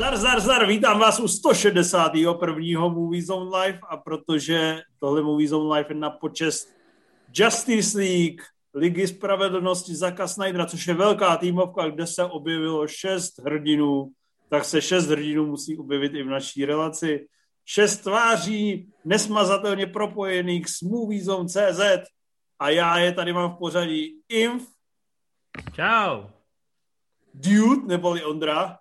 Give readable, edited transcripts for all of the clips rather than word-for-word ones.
Zdar, vítám vás u 161. Movie Zone Live a protože tohle Movie Zone Live je na počest Justice League, Ligy spravedlnosti Zacka Snydera, což je velká týmovka, kde se objevilo 6 hrdinů, tak se 6 hrdinů musí objevit i v naší relaci. 6 tváří nesmazatelně propojených s MovieZone.cz a já je tady mám v pořadí Inf. Čau. Dude, neboli Ondra.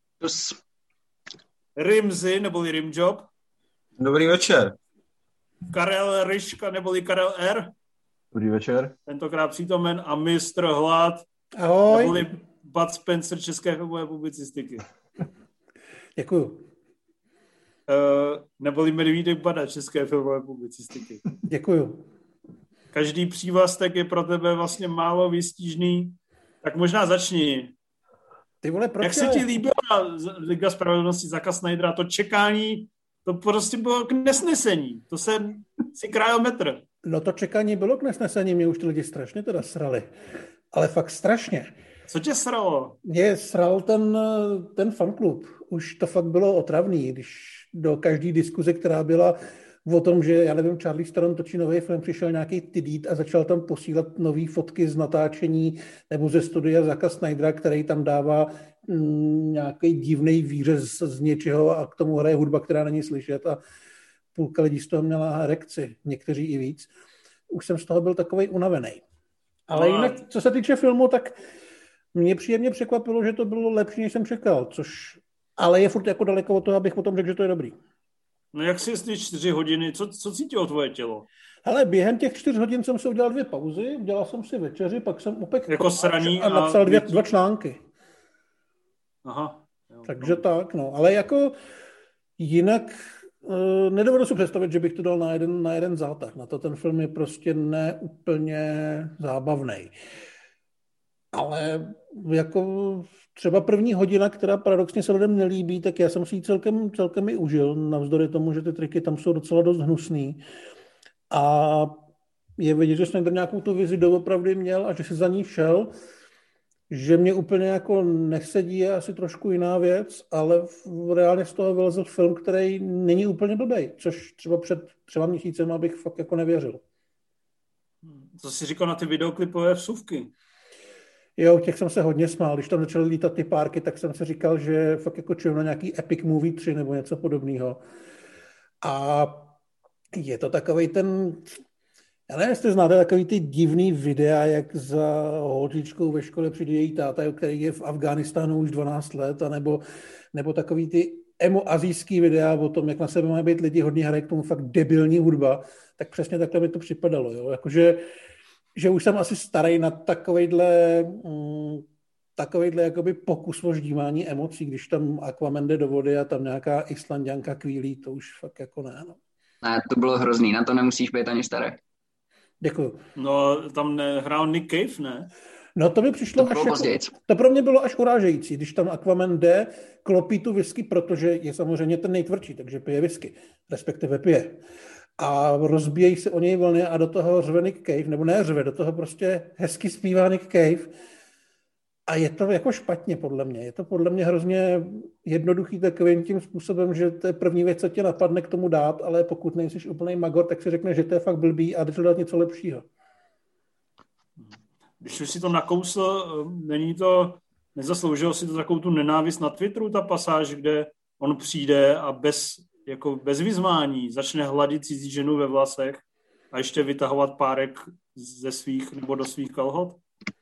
Rimzy, neboli Rimjob. Dobrý večer. Karel Ryška, neboli Karel R. Dobrý večer. Tentokrát přítomen a mistr Hlad. Ahoj. Neboli Bud Spencer české filmové publicistiky. Děkuju. Neboli Medvídek Bada české filmové publicistiky. Děkuju. Každý přívlastek je pro tebe vlastně málo výstižný, tak možná začni. Ty vole, proč? Jak se ti líbila Liga spravedlnosti Zacka Snydera? To čekání, to prostě bylo k nesnesení. To se si krájel metr. No to čekání bylo k nesnesení, mě už ty lidi strašně teda srali. Ale fakt strašně. Co tě sralo? Mě sral ten fanklub. Už to fakt bylo otravný, když do každé diskuze, která byla o tom, že, já nevím, Charlie Theron točí nový film, přišel nějaký tidít a začal tam posílat nový fotky z natáčení nebo ze studia Zacka Snydera, který tam dává nějaký divný výřez z něčeho a k tomu hraje hudba, která není slyšet a půlka lidí z toho měla erekci, někteří i víc. Už jsem z toho byl takovej unavený. Ale jinak, co se týče filmu, tak mě příjemně překvapilo, že to bylo lepší, než jsem čekal, ale je furt jako daleko od toho, abych o tom řekl, že to je dobrý. No jak si jestli 4 hodiny, co cítilo tvoje tělo? Hele, během těch 4 hodin jsem si udělal 2 pauzy, udělal jsem si večeři, pak jsem upekl jako sraní a napsal 2 články. Aha. Jo, takže tak, no. Ale jako jinak nedovedu si představit, že bych to dal na jeden zátah. Na to ten film je prostě neúplně zábavnej. Ale jako třeba první hodina, která paradoxně se lidem nelíbí, tak já jsem si ji celkem i užil, navzdory tomu, že ty triky tam jsou docela dost hnusný. A je vidět, že Snyder nějakou tu vizi doopravdy měl a že si za ní šel, že mě úplně jako nesedí, je asi trošku jiná věc, ale reálně z toho vylezl film, který není úplně blbej, což třeba před 3 měsícem abych fakt jako nevěřil. Co jsi říkal na ty videoklipové vsuvky? Jo, těch jsem se hodně smál. Když tam začaly lítat ty párky, tak jsem si říkal, že fakt jako čuju na nějaký Epic Movie 3 nebo něco podobného. A je to takovej já nevím, jestli znáte takový ty divný videa, jak za holčičkou ve škole přijde její táta, který je v Afghánistánu už 12 let, nebo takový ty emo-azijský videa o tom, jak na sebe mají být lidi, hodně hraje k tomu fakt debilní hudba, tak přesně takhle mi to připadalo. Jo? Jakože že už jsem asi starý na takovejhle jakoby pokus o ždímání emocí, když tam Aquaman jde do vody a tam nějaká Islanďanka kvílí, to už fakt jako ne. No. Ne, to bylo hrozný, na to nemusíš být ani starý. Děkuju. No, tam hrál Nick Cave, ne? No to mi přišlo to pro mě bylo až urážející, když tam Aquaman jde, klopí tu whisky, protože je samozřejmě ten nejtvrdší, takže pije whisky, respektive pije. A rozbíjejí se o něj vlny a do toho řve Nick Cave, nebo ne řve, do toho prostě hezky zpívá Nick Cave. A je to jako špatně podle mě. Je to podle mě hrozně jednoduchý takovým tím způsobem, že to je první věc, co tě napadne k tomu dát, ale pokud nejsi úplný magor, tak si řekne, že to je fakt blbý a jde to dát něco lepšího. Když už si to nakousl, nezasloužilo si to takovou tu nenávist na Twitteru, ta pasáž, kde on přijde a bez vyzvání začne hladit cizí ženu ve vlasech a ještě vytahovat párek ze svých nebo do svých kalhot?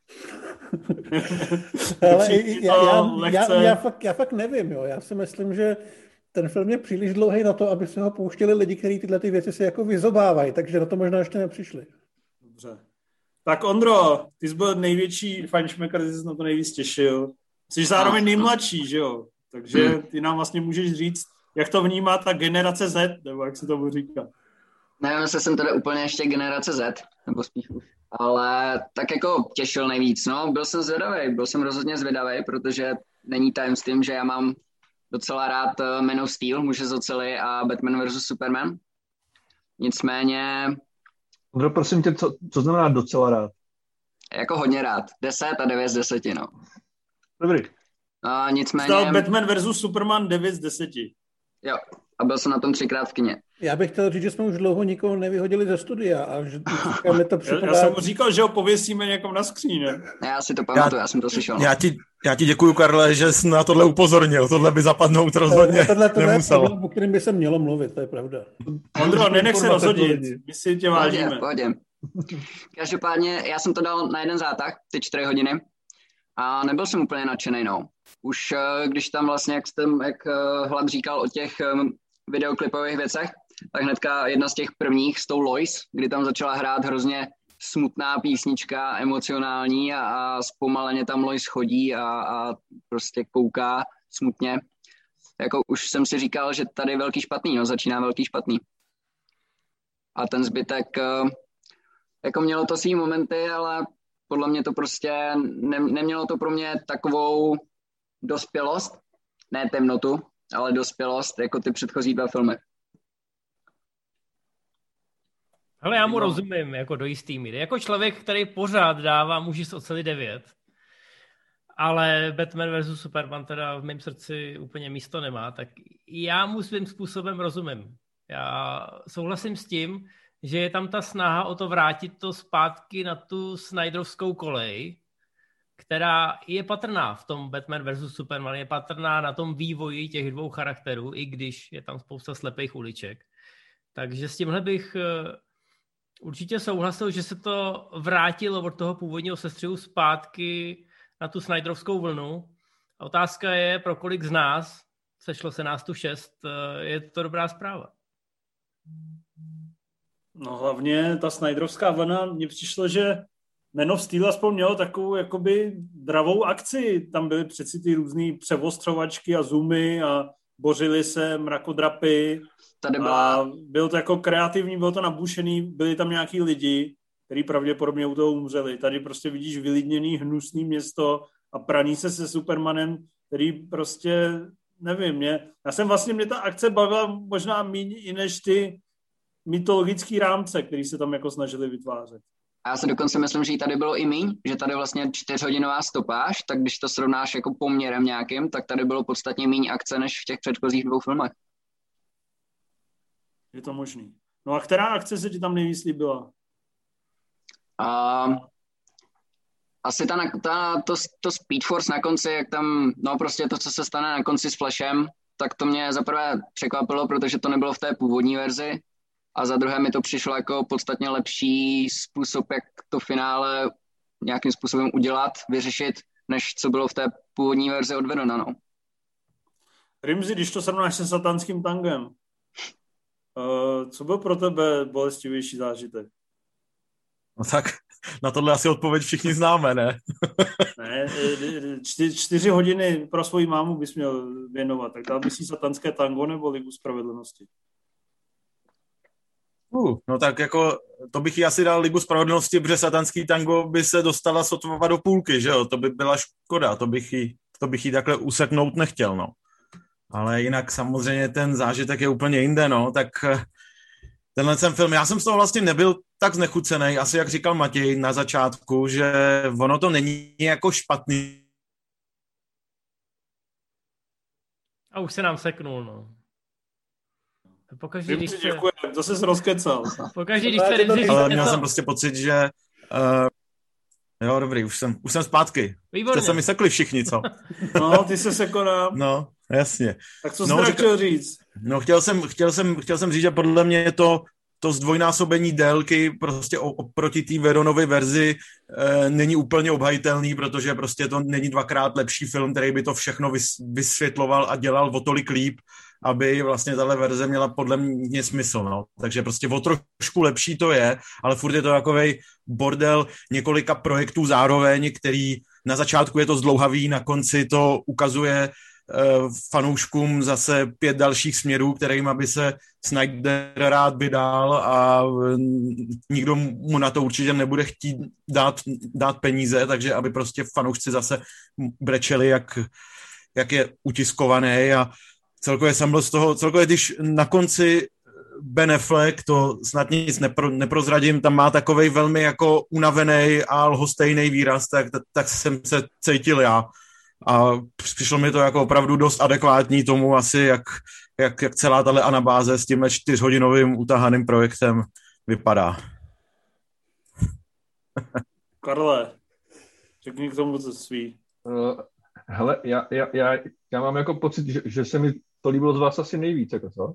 Ale já fakt nevím. Jo. Já si myslím, že ten film je příliš dlouhý na to, aby se ho pouštěli lidi, kteří tyhle ty věci se jako vyzobávají, takže na to možná ještě nepřišli. Dobře. Tak Ondro, ty jsi byl největší fajnšmekr, ty jsi na to nejvíc těšil. Jsi zároveň nejmladší, že jo? Takže ty nám vlastně můžeš říct, jak to vnímá ta generace Z, nebo jak se tomu říká. Nevím, jestli jsem teda úplně ještě generace Z, nebo spíš už. Ale tak jako těšil nejvíc, no. Byl jsem rozhodně zvědavý, protože není tajemstvím, že já mám docela rád Man of Steel, Muže z oceli a Batman vs. Superman. Nicméně... Ondro, prosím tě, co znamená docela rád? Jako hodně rád. 10 a 9 z 10, no. Dobrý. A nicméně... Stál Batman versus Superman 9 z 10. Jo, a byl jsem na tom 3krát v kině. Já bych chtěl říct, že jsme už dlouho nikoho nevyhodili ze studia a že mi to připadá... Já jsem mu říkal, že ho pověsíme někam na skříně. Já si to pamatuju, já jsem to slyšel. Já ti děkuju, Karle, že jsi na tohle upozornil. Tohle by zapadnout rozhodně nemuselo. Tohle, o kterém by se mělo mluvit, to je pravda. Ondro, nenech se rozhodit. My si tě vážíme. Pohodě. Každopádně, já jsem to dal na jeden zátah, ty 4 hodiny. A nebyl jsem úplně nadšenej, no. Už když tam vlastně, jak Hlad říkal o těch videoklipových věcech, tak hnedka jedna z těch prvních s tou Lois, kdy tam začala hrát hrozně smutná písnička, emocionální a zpomaleně tam Lois chodí a prostě kouká smutně. Jako už jsem si říkal, že tady je velký špatný, no, začíná velký špatný. A ten zbytek, jako mělo to svý momenty, ale podle mě to prostě nemělo to pro mě takovou dospělost, ne temnotu, ale dospělost, jako ty předchozí 2 filmy. Ale já mu rozumím, jako do jistý míry. Jako člověk, který pořád dává muži z oceli 9, ale Batman vs. Superman teda v mém srdci úplně místo nemá, tak já mu svým způsobem rozumím. Já souhlasím s tím, že je tam ta snaha o to vrátit to zpátky na tu Snyderovskou kolej, která je patrná v tom Batman vs. Superman, je patrná na tom vývoji těch 2 charakterů, i když je tam spousta slepých uliček. Takže s tímhle bych určitě souhlasil, že se to vrátilo od toho původního sestřihu zpátky na tu Snyderovskou vlnu. A otázka je, pro kolik z nás, sešlo se nás tu 6, je to dobrá zpráva. No hlavně ta Snyderovská vlna, mně přišlo, že Man of Steel aspoň mělo takovou jakoby dravou akci. Tam byly přeci ty různý převostřovačky a zoomy a bořily se mrakodrapy. A bylo to jako kreativní, bylo to nabušený, byli tam nějaký lidi, kteří pravděpodobně u toho umřeli. Tady prostě vidíš vylidněný, hnusný město a praní se Supermanem, který prostě, nevím, mě ta akce bavila možná méně i než ty mytologický rámce, který se tam jako snažili vytvářet. A já se dokonce myslím, že i tady bylo i míň, že tady vlastně 4hodinová stopáž, tak když to srovnáš jako poměrem nějakým, tak tady bylo podstatně míň akce než v těch předchozích 2 filmech. Je to možný. No a která akce se ti tam nejvíc líbila? Asi to Speed Force na konci, jak tam, no prostě to, co se stane na konci s Flashem, tak to mě zaprvé překvapilo, protože to nebylo v té původní verzi. A za druhé mi to přišlo jako podstatně lepší způsob, jak to finále nějakým způsobem udělat, vyřešit, než co bylo v té původní verzi odvedeno. No. Rimzi, když to srovnáš se Satanským tangem, co byl pro tebe bolestivější zážitek? No tak na tohle asi odpověď všichni známe, ne? Ne, 4 hodiny pro svoji mámu bys měl věnovat, tak dal bys jí Satanské tango nebo Ligu spravedlnosti? No tak jako, to bych jí asi dal Ligu spravedlnosti, protože Satanský tango by se dostala sotva do půlky, že jo? To by byla škoda, to bych jí takhle useknout nechtěl, no. Ale jinak samozřejmě ten zážitek je úplně jinde, no, tak tenhle film, já jsem z toho vlastně nebyl tak znechucený, asi jak říkal Matěj na začátku, že ono to není jako špatný. A už se nám seknul, no. Pokaždé, když se... Děkuji, to se rozkecal. Pokaždé, když se Rimzi... Ale měl jsem prostě pocit, že... jo, dobrý, už jsem zpátky. Výborně. Jste se mi sekli všichni, co? No, ty se sekonám. No, jasně. Tak co jsi chtěl říct? No, chtěl jsem říct, že podle mě to zdvojnásobení délky prostě oproti té Veronovy verzi není úplně obhajitelný, protože prostě to není 2x lepší film, který by to všechno vysvětloval a dělal o tolik líp, aby vlastně tahle verze měla podle mě smysl, no. Takže prostě o trošku lepší to je, ale furt je to takovej bordel několika projektů zároveň, který na začátku je to zdlouhavý, na konci to ukazuje fanouškům zase 5 dalších směrů, kterým by se Snyder rád vydal a nikdo mu na to určitě nebude chtít dát peníze, takže aby prostě fanoušci zase brečeli, jak je utiskovaný a celkově jsem byl z toho, když na konci Ben Affleck, to snad nic neprozradím, tam má takovej velmi jako unavený a lhostejný výraz, tak jsem se cítil já. a přišlo mi to jako opravdu dost adekvátní tomu asi, jak celá tahle anabáze s tím 4hodinovým utahaným projektem vypadá. Karle, řekni k tomu, co svý. Hele, já mám jako pocit, že se mi to líbilo z vás asi nejvíc, jako co?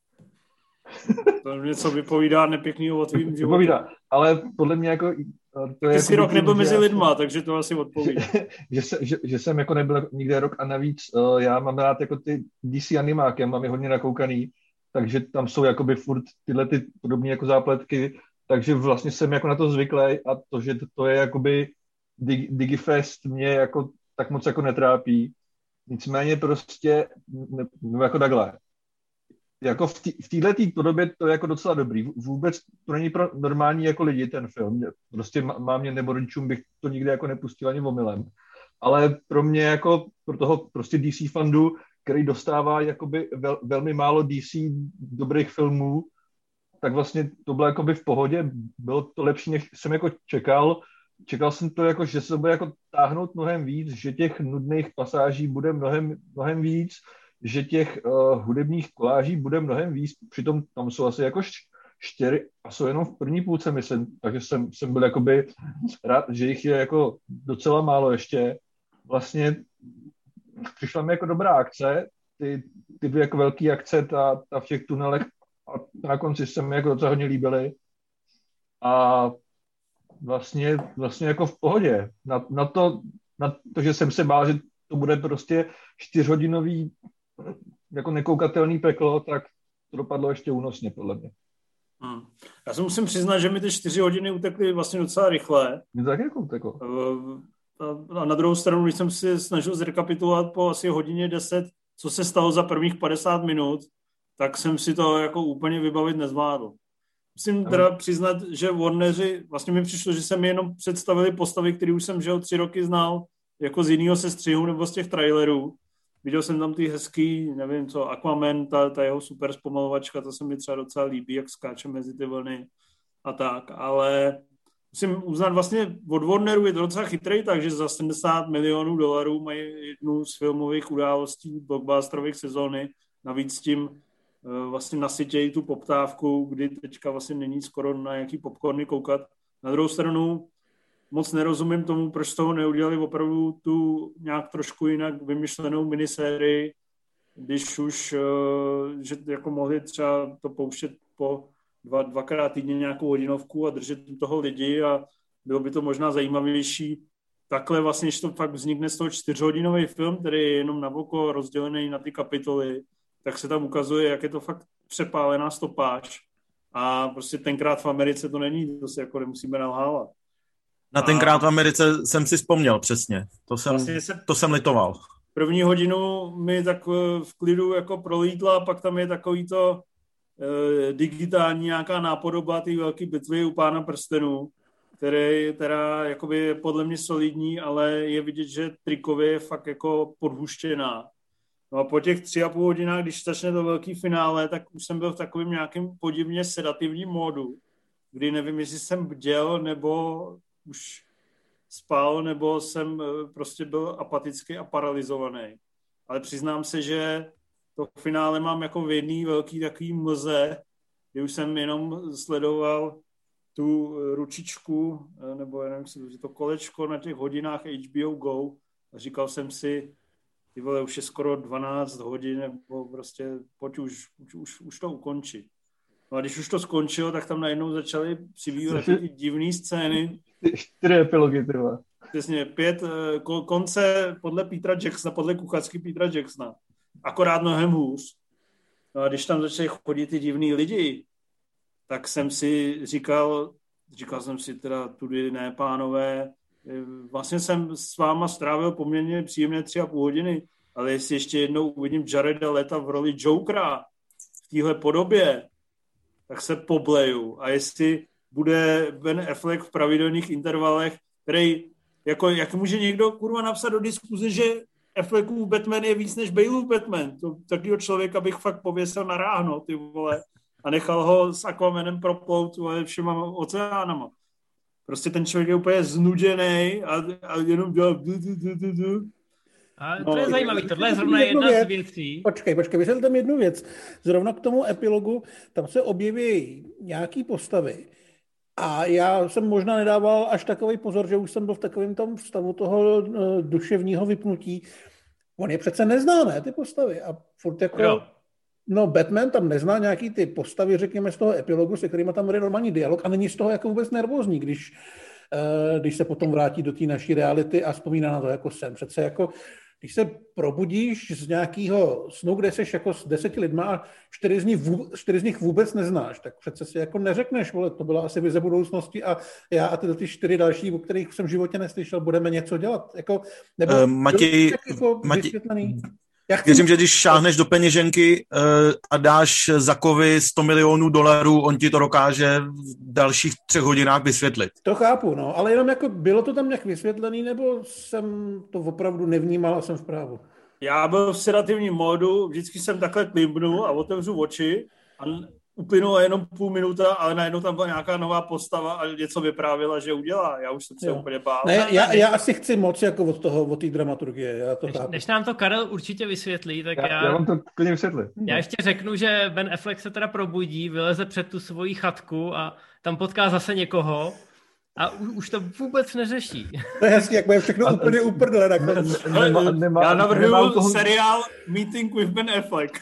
To něco vypovídá nepěknýho o tvým životě. Vypovídá, ale podle mě jako... To je Ty jako jsi rok nebyl mezi já, lidma, takže to asi odpovídá. že jsem jako nebyl nikde rok a navíc já mám rád jako ty DC animáky, mám je hodně nakoukaný, takže tam jsou jakoby furt tyhle ty podobné jako zápletky, takže vlastně jsem jako na to zvyklý a to, že to je jakoby Digifest mě jako tak moc jako netrápí. Nicméně prostě no jako takhle. Jako v této podobě to je jako docela dobrý. Vůbec to není pro normální jako lidi ten film. Prostě mámě nebo rodičům bych to nikdy jako nepustil ani omylem. Ale pro mě jako pro toho prostě DC fandu, který dostává jakoby velmi málo DC dobrých filmů, tak vlastně to bylo jakoby v pohodě. Bylo to lepší, než jsem jako čekal. Čekal jsem to jako, že se bude jako táhnout mnohem víc, že těch nudných pasáží bude mnohem víc, že těch hudebních koláží bude mnohem víc, přitom tam jsou asi jako 4 a jsou jenom v první půlce, myslím, takže jsem byl jakoby rád, že jich je jako docela málo ještě. Vlastně přišla mi jako dobrá akce, ty dvě jako velký akce, ta v těch tunelech a na konci se mi jako docela hodně líbily. A vlastně jako v pohodě. Na to, že jsem se bál, že to bude prostě 4hodinový jako nekoukatelný peklo, tak to dopadlo ještě únosně, podle mě. Já se musím přiznat, že mi ty 4 hodiny utekly vlastně docela rychle. Mě to tak jako uteklo. A na druhou stranu, když jsem si snažil zrekapitulovat po asi hodině 10, co se stalo za prvních 50 minut, tak jsem si to jako úplně vybavit nezvládl. Musím teda přiznat, že Warneri, vlastně mi přišlo, že se mi jenom představili postavy, které už jsem 3 roky znal, jako z jiného sestřihu nebo z těch trailerů. Viděl jsem tam ty hezký, nevím co, Aquaman, ta jeho super zpomalovačka, to se mi třeba docela líbí, jak skáče mezi ty vlny a tak, ale musím uznat vlastně od Warneru je to docela chytrý, takže za $70 milionů mají jednu z filmových událostí blockbusterových sezóny, navíc tím vlastně nasytějí tu poptávku, kdy teďka vlastně není skoro na jaký popcorny koukat. Na druhou stranu moc nerozumím tomu, proč z toho neudělali opravdu tu nějak trošku jinak vymyšlenou minisérii, když už, že jako mohli třeba to pouštět po dvakrát týdně nějakou hodinovku a držet toho lidi a bylo by to možná zajímavější. Takhle vlastně, když to fakt vznikne z toho 4hodinový film, který je jenom na oko rozdělený na ty kapitoly, tak se tam ukazuje, jak je to fakt přepálená stopáž. A prostě tenkrát v Americe to není, to se jako nemusíme nalhávat. Na tenkrát v Americe jsem si vzpomněl přesně. To jsem litoval. První hodinu mi tak v klidu jako prolítla, pak tam je takový to digitální nějaká nápodoba té velké bitvy u Pána prstenů, který teda jakoby je podle mě solidní, ale je vidět, že trikově je fakt jako podhuštěná. No a po těch 3,5 hodinách, když začne to velký finále, tak už jsem byl v takovém nějakém podivně sedativním módu, kdy nevím, jestli jsem bděl, nebo už spal, nebo jsem prostě byl apatický a paralizovaný. Ale přiznám se, že to finále mám jako v jedný velký takový mlze, kdy už jsem jenom sledoval tu ručičku, nebo já nevím, to kolečko na těch hodinách HBO Go a říkal jsem si, ty vole, už je skoro 12 hodin, nebo prostě pojď už to ukončit. No a když už to skončilo, tak tam najednou začaly přibývat ty divné scény. 4 epilogy, ty vole. Přesně, 5 konce podle Petera Jacksona, podle kuchařky Petera Jacksona. Akorát mnohem hůř. No a když tam začali chodit ty divný lidi, tak jsem si říkal jsem si teda tudy ne, pánové, vlastně jsem s váma strávil poměrně příjemné 3,5 hodiny, ale jestli ještě jednou uvidím Jareda Leta v roli Jokera v téhle podobě, tak se pobleju. A jestli bude Ben Affleck v pravidelných intervalech, který, jako, jak může někdo kurva napsat do diskuze, že Affleckův Batman je víc než Baleův Batman. To takového člověka bych fakt pověsil na ráhno, ty vole, a nechal ho s Aquamanem proplout všema oceánama. Prostě ten člověk je úplně znuděnej a jenom dělá A to je zajímavý, tohle je zrovna jedna z věcí. Počkej, vysvětlete mi jednu věc. Zrovna jedna z věcí. Počkej, vysvětlete mi jednu věc. Zrovna k tomu epilogu, tam se objeví nějaký postavy. A já jsem možná nedával až takový pozor, že už jsem byl v takovém tom stavu toho duševního vypnutí. On je přece nezná, ne, ty postavy. A furt jako... Jo. No, Batman tam nezná nějaký ty postavy, řekněme, z toho epilogu, se kterými tam bude normální dialog a není z toho jako vůbec nervózní, když se potom vrátí do té naší reality a vzpomíná na to jako sen. Přece jako, když se probudíš z nějakého snu, kde jsi jako s 10 lidma a 4 z nich vůbec neznáš, tak přece si jako neřekneš, vole, to byla asi vize budoucnosti a já a ty 4 další, o kterých jsem v životě neslyšel, budeme něco dělat. Jako, nebo Matěj, věřím, že když šáhneš do peněženky a dáš Zakovi $100 milionů, on ti to dokáže v dalších 3 hodinách vysvětlit. To chápu, no, ale jenom jako bylo to tam nějak vysvětlený, nebo jsem to opravdu nevnímal a jsem v právu? Já byl v sedativním módu, vždycky jsem takhle klimbnul a otevřu oči a uplynula jenom půl minuta, ale najednou tam byla nějaká nová postava a něco vyprávěla, že udělá. Já už jsem se úplně bál. Ne, já asi chci moc jako od té dramaturgie. Já to než nám to Karel určitě vysvětlí, tak já vám to klidně vysvětlím. Já ještě řeknu, že Ben Affleck se teda probudí, vyleze před tu svoji chatku a tam potká zase někoho a už to vůbec neřeší. To je hezky, jak bude všechno úplně uprdele. Já navrhuju seriál Meeting with Ben Affleck.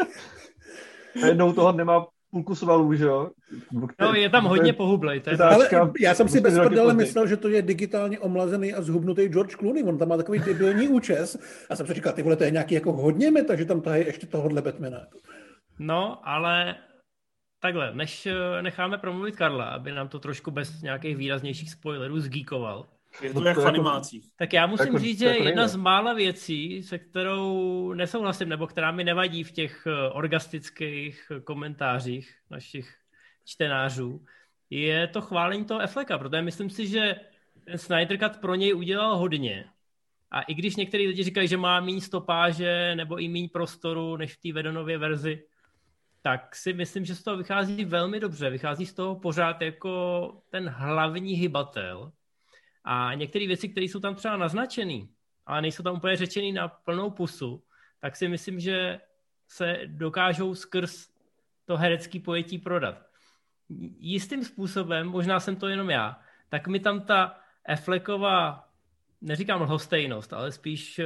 Jednou toho nemá půlku svalů, že jo? No, je tam hodně pohublej. Ale já jsem si bez prdele myslel, že to je digitálně omlazený a zhubnutý George Clooney. On tam má takový debilní účes. A jsem si říkal, ty vole, to je nějaký jako hodně meta, že tam tahají ještě tohohle Batmana. No, ale takhle, než necháme promluvit Karla, aby nám to trošku bez nějakých výraznějších spoilerů zgíkoval. Je to jak v animácích. Tak já musím říct, že jedna z mála věcí, se kterou nesouhlasím, nebo která mi nevadí v těch orgastických komentářích našich čtenářů, je to chválení toho Afflecka, protože myslím si, že ten Snyder Cut pro něj udělal hodně. A i když některý lidi říkají, že má méně stopáže nebo i méně prostoru než v té Whedonově verzi, tak si myslím, že z toho vychází velmi dobře. Vychází z toho pořád jako ten hlavní hybatel. A některé věci, které jsou tam třeba naznačený, ale nejsou tam úplně řečený na plnou pusu, tak si myslím, že se dokážou skrz to herecké pojetí prodat. Jistým způsobem, možná jsem to jenom já, tak mi tam ta Affleckova, neříkám lhostejnost, ale spíš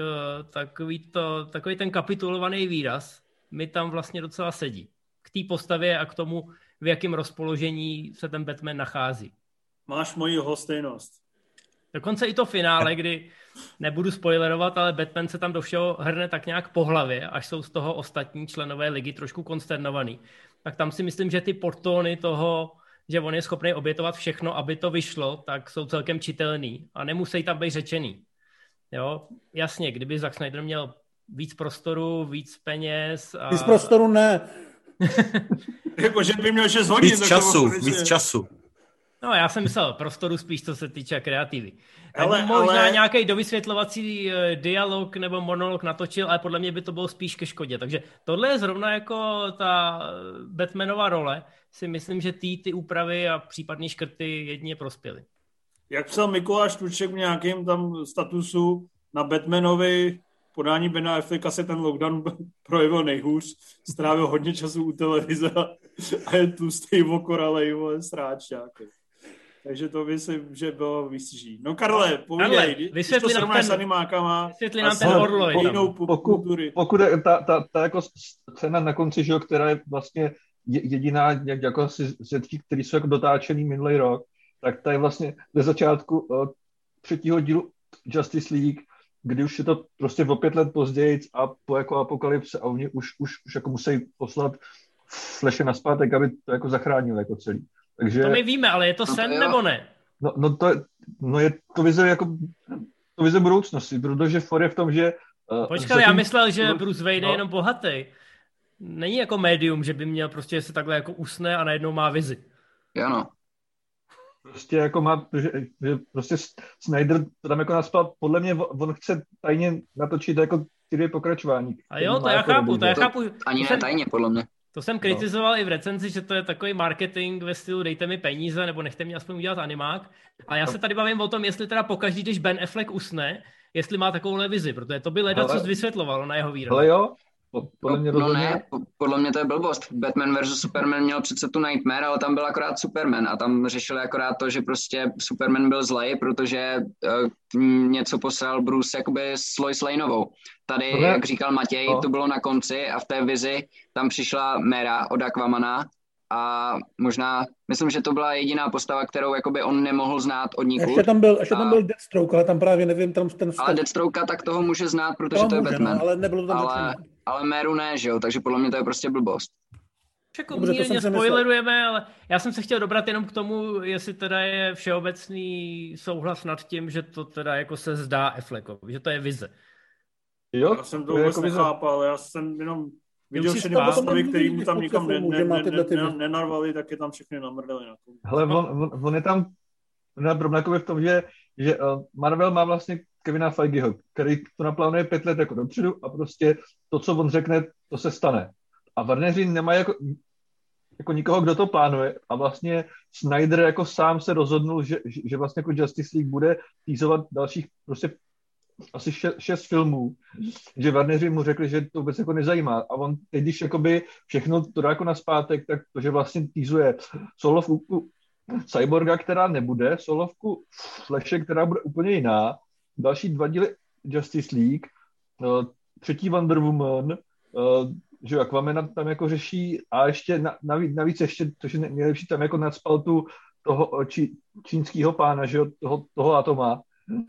takový ten kapitulovaný výraz mi tam vlastně docela sedí. K té postavě a k tomu, v jakém rozpoložení se ten Batman nachází. Máš moji lhostejnost. Dokonce i to finále, kdy nebudu spoilerovat, ale Batman se tam do všeho hrne tak nějak po hlavě, až jsou z toho ostatní členové ligy trošku konsternovaný. Tak tam si myslím, že ty podtóny toho, že on je schopný obětovat všechno, aby to vyšlo, tak jsou celkem čitelný a nemusí tam být řečený. Jo, jasně, kdyby Zack Snyder měl víc prostoru, víc peněz. A... Víc prostoru ne. Jako, že by měl 6 hodin. Víc času. No, já jsem myslel prostoru spíš, co se týče kreativy. Tak možná nějaký dovysvětlovací dialog nebo monolog natočil, ale podle mě by to bylo spíš ke škodě. Takže tohle je zrovna jako ta Batmanova role. Si myslím, že ty úpravy a případné škrty jedině prospěly. Jak psal Mikuláš Tuček v nějakém tam statusu na Batmanovi podání Bena Afflecka se ten lockdown projevil nejhůř. Strávil hodně času u televize a je tlustý okoralej, sráč nějaký. Takže to myslím, že bylo výstiží. No Karle, povídej, když to srovnáš s animákama, vysvětli nám ten orloj. Pokud je ta jako scéna na konci, že, která je vlastně jediná jako asi z věcí, které jsou jako dotáčený minulý rok, tak ta je vlastně ze začátku 3. dílu Justice League, kdy už je to prostě o 5 let později a po jako apokalypse a oni už jako musí poslat Flashe nazpátek, aby to jako zachránil jako celý. Takže, to my víme, ale je to sen nebo ne? Je to vize jako to vize budoucnosti, protože for je v tom, že... Počkej, já myslel, že Bruce Wayne je jenom bohatý. Není jako médium, že by měl prostě, že se takhle jako usne a najednou má vizi. Ano. Prostě jako má, že prostě Snyder to tam jako naspal, podle mě on chce tajně natočit jako 4 pokračování. A jo, to já chápu. Ani ne tajně, podle mě. To jsem kritizoval i v recenzi, že to je takový marketing ve stylu dejte mi peníze, nebo nechte mě aspoň udělat animák. A já se tady bavím o tom, jestli teda pokaždý, když Ben Affleck usne, jestli má takovouhle vizi, protože to by leda co vysvětlovalo na jeho výrok. Ale jo, podle mě podle mě to je blbost. Batman vs. Superman měl přece tu Nightmare, ale tam byl akorát Superman a tam řešili akorát to, že prostě Superman byl zlej, protože něco poslal Bruce jakoby s Lois Laneovou. Tady, jak říkal Matěj, to bylo na konci a v té vizi tam přišla Mera od Aquamana a možná, myslím, že to byla jediná postava, kterou jakoby on nemohl znát od nikud. Ještě tam byl Deathstroke, ale tam právě nevím, tam ten Ale Deathstroke tak toho může znát, protože to je Batman. No, ale nebylo to ale Meru ne, že jo, takže podle mě to je prostě blbost. Jako mírně spoilerujeme, ale já jsem se chtěl dobrat jenom k tomu, jestli teda je všeobecný souhlas nad tím, že to teda jako se zdá Affleckovi, že to je vize. Jo, já jsem to vůbec nechápal, já jsem jenom viděl všechny postavy, který mu tam nikam nenarvali, tak je tam všechny namrdali. Hele, on je tam problém v tom, že Marvel má vlastně Kevina Feigeho, který to naplánuje 5 let jako dopředu a prostě to, co on řekne, to se stane. A Warneri nemají jako nikoho, kdo to plánuje a vlastně Snyder jako sám se rozhodnul, že vlastně jako Justice League bude teasovat dalších prostě asi 6 filmů, že Warneri mu řekli, že to vůbec jako nezajímá a on teď, když jakoby všechno to dá jako naspátek, tak to, že vlastně teasuje solovku Cyborga, která nebude, solovku Flashe, která bude úplně jiná, další 2 díly Justice League, 3. Wonder Woman, že Aquamena tam jako řeší a ještě navíc ještě, což je nejlepší, tam jako nadspal tu toho čínského pána, že jo, toho Atoma,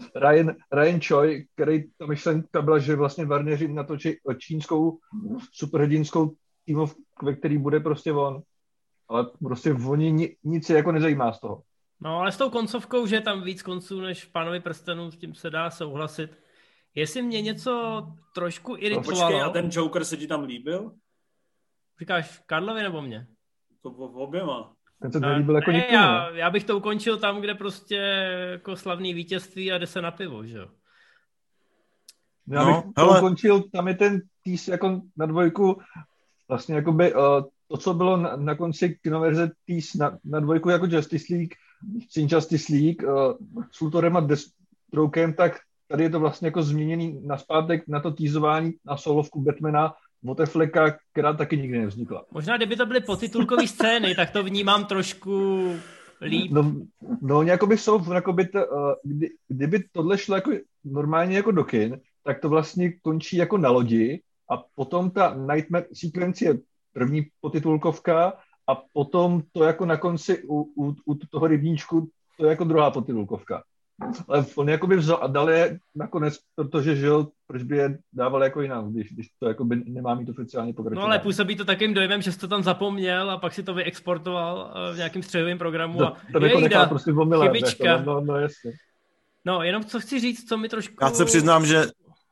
Ryan Choi, který ta myšlenka byla, že vlastně Warneri natočí čínskou superhrdinskou týmovku, ve který bude prostě on. Ale prostě oni nic se jako nezajímá z toho. No ale s tou koncovkou, že je tam víc konců než v Pánovi prstenů, s tím se dá souhlasit. Jestli mě něco trošku iritovalo... No, počkej, a ten Joker se ti tam líbil? Říkáš Karlovi nebo mě? To v oběma. Ten se nelíbil jako nikomu. Já bych to ukončil tam, kde prostě jako slavný vítězství a jde se na pivo, že jo? Já bych to ukončil, tam je ten tease jako na 2, vlastně jakoby to, co bylo na konci kinoverze tease na 2 jako Justice League, Sin Justice League, s Luthorem a Deathstrokem, tak tady je to vlastně jako změněný naspátek na to teasování na solovku Batmana od Afflecka, která taky nikdy nevznikla. Možná, kdyby to byly potitulkové scény, tak to vnímám trošku líp. No jakoby jsou, jakoby kdyby tohle šlo jako normálně jako do kin, tak to vlastně končí jako na lodi a potom ta Nightmare sequence je první potitulkovka a potom to jako na konci u toho rybníčku to je jako druhá potitulkovka. Ale on jakoby vzal a dal je nakonec, protože žil, proč by je dával jako jinak, když to jakoby nemá mít oficiálně pokračovat. No ale působí to takým dojmem, že jsi to tam zapomněl a pak si to vyexportoval v nějakým střehovém programu a to jako nechal prostě v omylem, chybička. No jasně. No jenom co chci říct, co mi trošku... Já se přiznám, že...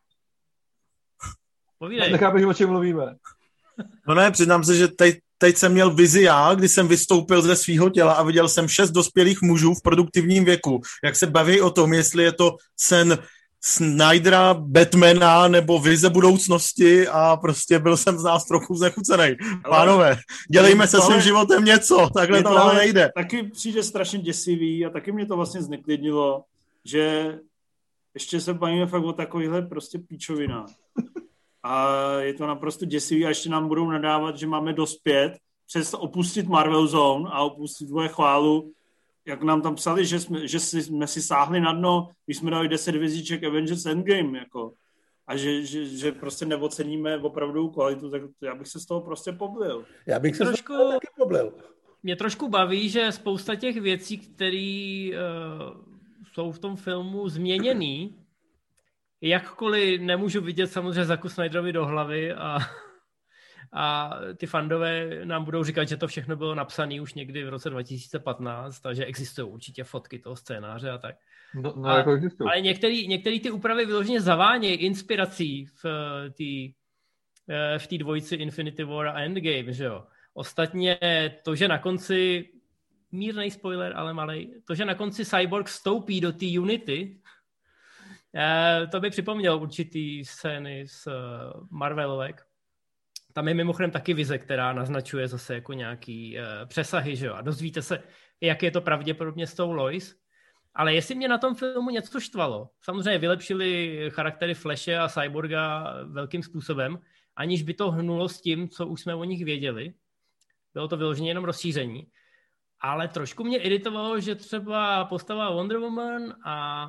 Povídej. Nechápeš, o čem mluvíme. No ne, přiznám se, že teď jsem měl vizi já, kdy jsem vystoupil ze svého těla a viděl jsem 6 dospělých mužů v produktivním věku, jak se baví o tom, jestli je to sen Snydera, Batmana nebo vize budoucnosti a prostě byl jsem z nás trochu znechucenej. Pánové, dělejme se svým životem něco, takhle to ale nejde. Taky přijde strašně děsivý a taky mě to vlastně zneklidnilo, že ještě se bavíme fakt o takovýchhle prostě píčovinách. A je to naprosto děsivý a ještě nám budou nadávat, že máme dospět přes opustit Marvel Zone a opustit tvoje chválu, jak nám tam psali, že jsme si sáhli na dno, když jsme dali 10 hvězdiček Avengers Endgame, jako. A že prostě neoceníme opravdu kvalitu, tak já bych se z toho prostě poblil. Já bych se trošku taky poblil. Mě trošku baví, že spousta těch věcí, které jsou v tom filmu změněný, jakkoliv nemůžu vidět samozřejmě Zacku Snyderovi do hlavy a ty fandové nám budou říkat, že to všechno bylo napsané už někdy v roce 2015, takže existují určitě fotky toho scénáře a tak. No, jako existují. Ale některé ty úpravy vyloženě zavánějí inspirací v té dvojici Infinity War a Endgame, že jo. Ostatně to, že na konci, mírnej spoiler, ale malej, to, že na konci Cyborg vstoupí do té Unity, to by připomněl určitý scény z Marvelovek. tam je mimochodem taky vize, která naznačuje zase jako nějaký přesahy, že jo? A dozvíte se, jak je to pravděpodobně s tou Lois. Ale jestli mě na tom filmu něco štvalo, samozřejmě vylepšili charaktery Flashe a Cyborga velkým způsobem, aniž by to hnulo s tím, co už jsme o nich věděli. Bylo to vyloženě jenom rozšíření. Ale trošku mě iritovalo, že třeba postava Wonder Woman a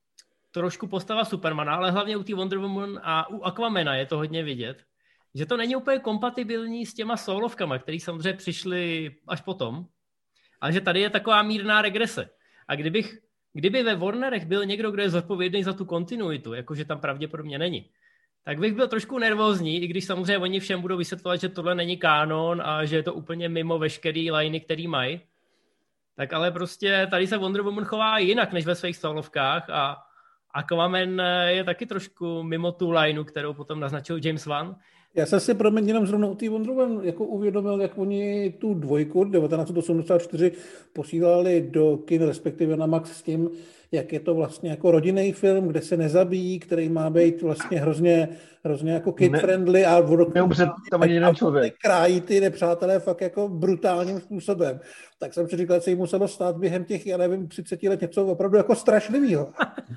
trošku postava Supermana, ale hlavně u té Wonder Woman a u Aquamana je to hodně vidět, že to není úplně kompatibilní s těma solovkama, které samozřejmě přišly až potom, ale že tady je taková mírná regrese. A kdyby ve Warnerech byl někdo, kdo je zodpovědný za tu kontinuitu, jakože tam pravděpodobně není, tak bych byl trošku nervózní, i když samozřejmě oni všem budou vysvětlovat, že tohle není kánon a že je to úplně mimo veškerý liney, který mají. Tak ale prostě tady se Wonder Woman chová jinak než ve svých solovkách a Aquaman je taky trošku mimo tu lineu, kterou potom naznačil James Wan. Já jsem si proměň jenom zrovna u té Wonder Woman jako uvědomil, jak oni tu dvojku 1984 posílali do kin, respektive na Max s tím, jak je to vlastně jako rodinný film, kde se nezabíjí, který má být vlastně hrozně jako kid-friendly a tam ani jeden člověk. Krájí ty nepřátelé fakt jako brutálním způsobem. Tak jsem si říkal, že se jim muselo stát během těch, já nevím, 30 let něco opravdu jako strašlivýho.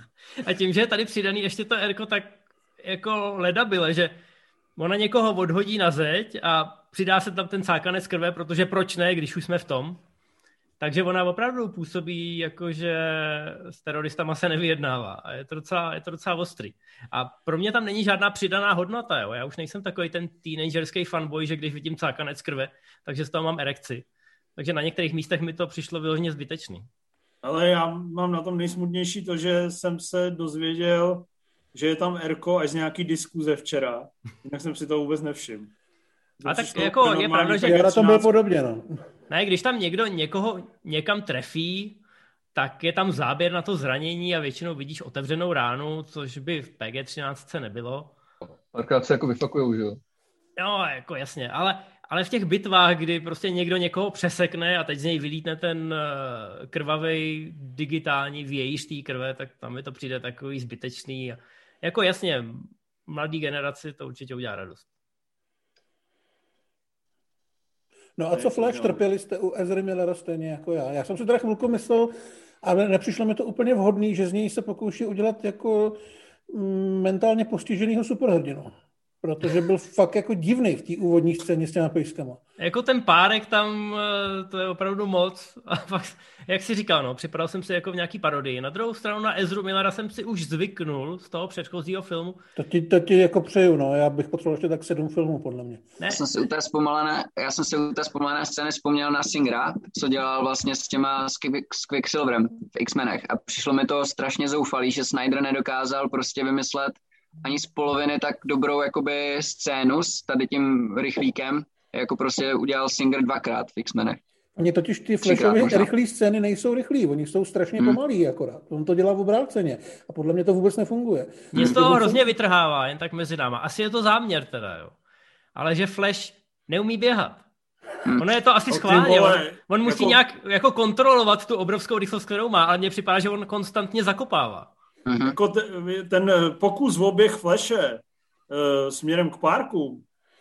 A tím, že je tady přidaný ještě to Erko, tak jako ledabile, že ona někoho odhodí na zeď a přidá se tam ten cákanec krve, protože proč ne, když už jsme v tom. Takže ona opravdu působí jako, že s teroristama se nevyjednává. A je to docela ostrý. A pro mě tam není žádná přidaná hodnota. Jo? Já už nejsem takový ten teenagerský fanboy, že když vidím cákanec krve, takže z toho mám erekci. Takže na některých místech mi to přišlo vyloženě zbytečný. Ale já mám na tom nejsmutnější to, že jsem se dozvěděl, že je tam Erko až z nějaký diskuze včera. Jinak jsem si to vůbec nevšiml. A tak jako je pravda, že... Já na tom byl podobně, no. Ne, když tam někdo někoho někam trefí, tak je tam záběr na to zranění a většinou vidíš otevřenou ránu, což by v PG-13 nebylo. Párkrát se jako vyfakujou, že jo? No, jako jasně, ale v těch bitvách, kdy prostě někdo někoho přesekne a teď z něj vylítne ten krvavej digitální vějíř té krve, tak tam mi to přijde takový zbytečný. Jako jasně, mladý generaci to určitě udělá radost. No a co Flash, trpěli jste u Ezry Millera stejně jako já. Já jsem si teda chvilku myslel, ale nepřišlo mi to úplně vhodný, že z něj se pokouší udělat jako mentálně postiženýho superhrdinu. Protože byl fakt jako divný v té úvodní scéně s těma pejskama. Jako ten párek tam, to je opravdu moc. A fakt, jak jsi říkal, no, připadal jsem si jako v nějaký parodii. Na druhou stranu na Ezru Millera jsem si už zvyknul z toho předchozího filmu. To ti jako přeju, no. Já bych potřeboval ještě tak 7 filmů, podle mě. Já jsem si u té zpomalené scény vzpomněl na Singera, co dělal vlastně s Quicksilverem v X-menech. A přišlo mi to strašně zoufalý, že Snyder nedokázal prostě vymyslet ani z poloviny tak dobrou jakoby scénu s tady tím rychlíkem, jako prostě udělal Singer 2krát v X-menech. Oni totiž ty Flashově rychlé scény nejsou rychlí, oni jsou strašně pomalí akorát. On to dělá v obráceně a podle mě to vůbec nefunguje. Mě z toho hrozně vytrhává, jen tak mezi náma. Asi je to záměr teda, jo. Ale že Flash neumí běhat. Ono je to asi schválně. On musí nějak jako kontrolovat tu obrovskou rychlost, kterou má, ale mně připadá, že on konstantně zakopává. Jako ten pokus v oběh Flashe směrem k parku,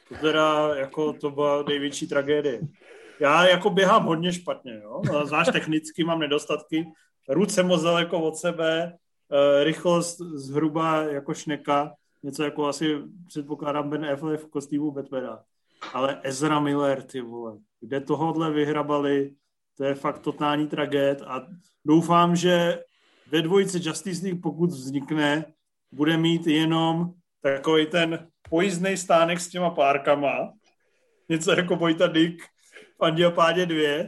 to byla největší tragédie. Já jako běhám hodně špatně, jo? Znáš, technicky mám nedostatky, ruce moc daleko od sebe, rychlost zhruba jako šneka, něco jako asi předpokládám Ben Affleck v kostýmu Batmana. Ale Ezra Miller, ty vole, kde tohodle vyhrabali, to je fakt totální tragéd a doufám, že ve dvojice Justice League, pokud vznikne, bude mít jenom takový ten pojízdnej stánek s těma párkama. Něco jako Vojta Dick v Andělpádě 2.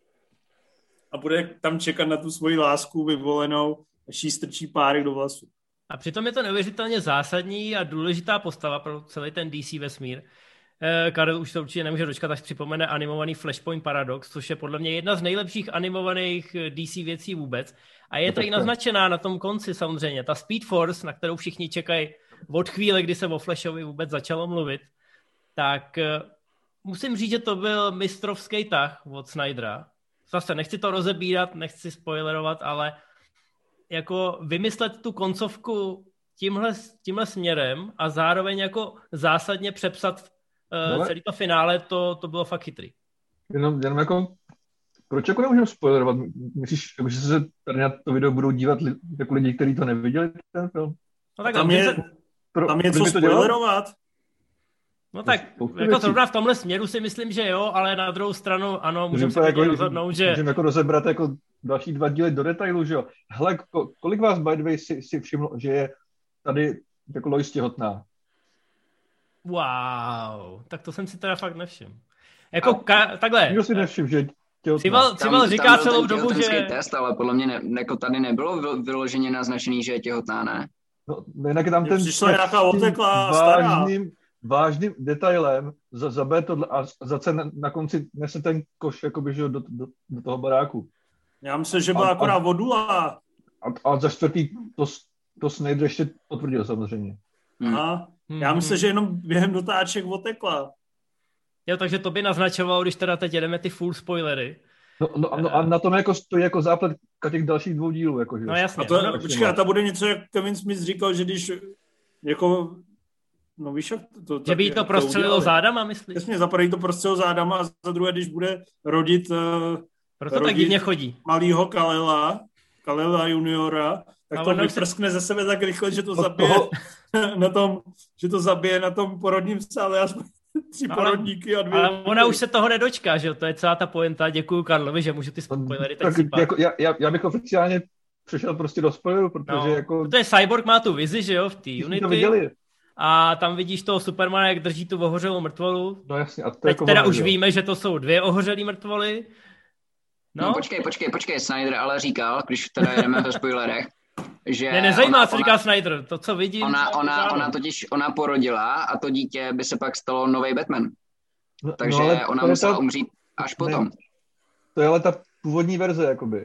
A bude tam čekat na tu svoji lásku vyvolenou, až jí strčí párek do vlasu. A přitom je to neuvěřitelně zásadní a důležitá postava pro celý ten DC vesmír. Karel už to určitě nemůže dočkat, až připomene animovaný Flashpoint Paradox, což je podle mě jedna z nejlepších animovaných DC věcí vůbec. A je to i naznačená na tom konci samozřejmě. Ta Speed Force, na kterou všichni čekají od chvíle, kdy se o Flashovi vůbec začalo mluvit, tak musím říct, že to byl mistrovský tah od Snydera. Zase nechci to rozebírat, nechci spoilerovat, ale jako vymyslet tu koncovku tímhle směrem a zároveň jako zásadně přepsat celý to finále, to bylo fakt chytrý. Jenom jako, proč jako nemůžeme spoilerovat? Myslíš, že se tady na to video budou dívat jako lidi, kteří to neviděli, ten film? No tak tam je co spoilerovat? No tak, jako zrovna v tomhle směru si myslím, že jo, ale na druhou stranu, ano, můžeme se jako rozhodnout, že... Můžeme jako rozebrat jako další 2 díly do detailu, že jo. Hele, kolik vás by the way si všimlo, že je tady jako Lois těhotná? Wow, tak to jsem si teda fakt nevšiml. Jako takhle. Nikdo si nevšiml, že těhotná. Cival říká celou dobu, že... test, ale podle mě jako tady nebylo vyloženě naznačený, že je těhotná, ne? No, jinak tam ten... Přišla nějaká oteklá stará. Vážným detailem za B tohle a za C na konci nese ten koš jakoby, že do toho baráku. Já myslím, že byla akorát vodula. A za čtvrtý to Snyder ještě potvrdil samozřejmě. Aha. Já myslím, že jenom během dotáček otekla. Jo, takže to by naznačovalo, když teda teď jedeme ty full spoilery. No a na tom jako stojí jako zápletka těch dalších 2 dílů. Jako, že? No jasně. Počkej, a ta bude něco, jak Kevin Smith říkal, že když jako... No víš, jak to že by jí to prostřelilo zádama, myslíš? Jasně, za prvé to prostřelilo zádama a za druhé, když bude rodit proto tak divně chodí. Malýho Kalela juniora, tak to vyprskne ze sebe tak rychle, že to zabije na tom porodním sále aspoň 3 porodníky a 2. Ale ona už se toho nedočká, že jo? To je celá ta pointa. Děkuju Karlovi, že můžu ty spoilery tak sypat. Jako, já bych oficiálně přešel prostě do spoileru, protože jako... Protože Cyborg má tu vizi, že jo, v té Unity. A tam vidíš toho Supermana, jak drží tu ohořelou mrtvolu. No jasně. A to teď jako teda už víme, že to jsou 2 ohořelý mrtvoly. No počkej, Snyder ale říkal, když teda jedeme ve spoilerech, že... Nezajímá, co říká Snyder, to, co vidím... Ona porodila a to dítě by se pak stalo nový Batman. Takže ona musela umřít až potom. To je ale ta původní verze, jakoby.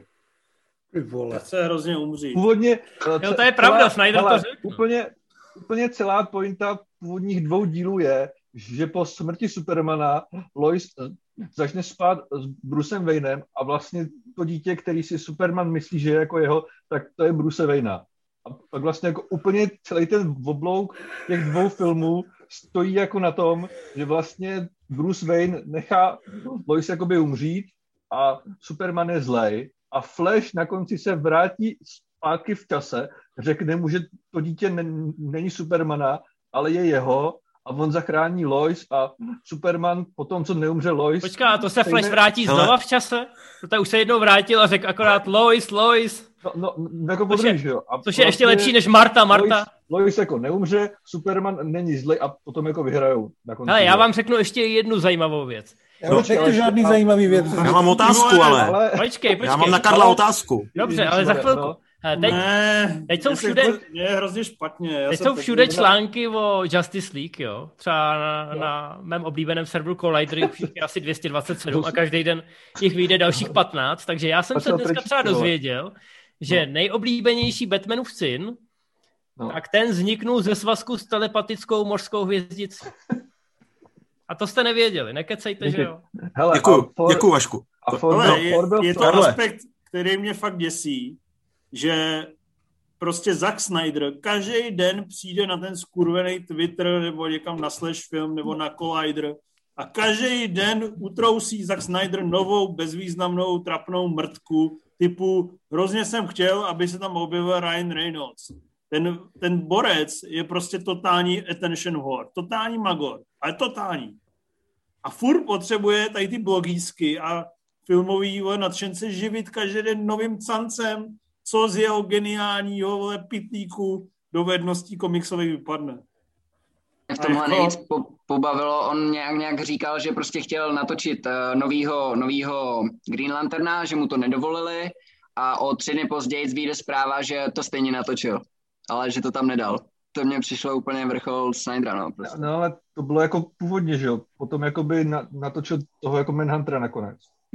Já se hrozně umřít. Původně... Jo, to je pravda, Snyder to řekl. Úplně celá pointa původních 2 dílů je, že po smrti Supermana Lois začne spát s Brucem Waynem a vlastně to dítě, který si Superman myslí, že je jako jeho, tak to je Bruce Wayna. A pak vlastně jako úplně celý ten oblouk těch 2 filmů stojí jako na tom, že vlastně Bruce Wayne nechá Lois jakoby umřít a Superman je zlej a Flash na konci se vrátí zpátky v čase, řekne mu, že to dítě není Supermana, ale je jeho a on zachrání Lois a Superman po tom, co neumře Lois... Počká, a to se Flash vrátí znova v čase? Protože už se jednou vrátil a řekl akorát Lois. No jako podruhý, že jo. Což je ještě lepší než Marta. Lois jako neumře, Superman není zlej a potom jako vyhrajou na konci. Hele, já vám řeknu ještě jednu zajímavou věc. Já neřeknu žádný zajímavý věc. Já mám otázku, ale... Počkej. Já mám na Karla otázku. Dobře, ale za chvilku. Teď jsou všude... Je hrozně špatně. Teď jsou všude články o Justice League, jo. Třeba na mém oblíbeném serveru Collider už je asi 227 a každý den jich vyjde dalších 15, takže já jsem se dneska třeba dozvěděl, že nejoblíbenější Batmanův syn, tak ten vzniknul ze svazku s telepatickou mořskou hvězdicí. A to jste nevěděli, nekecejte, že jo? Hele, děkuju, Vašku. Je to aspekt, který mě fakt děsí, že prostě Zack Snyder každý den přijde na ten skurvený Twitter nebo někam na Slash Film nebo na Collider a každý den utrousí Zack Snyder novou bezvýznamnou trapnou mrtku typu hrozně jsem chtěl, aby se tam objevil Ryan Reynolds. Ten borec je prostě totální attention whore, totální magor, ale totální. A furt potřebuje tady ty blogísky a filmový nadšence živit každý den novým cancem, co z jeho geniálního pitlíku dovedností komiksových vypadne. V tomhle nejvíc pobavilo, on nějak říkal, že prostě chtěl natočit novýho Green Lanterna, že mu to nedovolili a o 3 dny později vyjde zpráva, že to stejně natočil, ale že to tam nedal. To mně přišlo úplně vrchol Snydera, no. Prostě. No ale to bylo jako původně, že jo, potom jakoby natočil toho jako Manhuntera nakonec.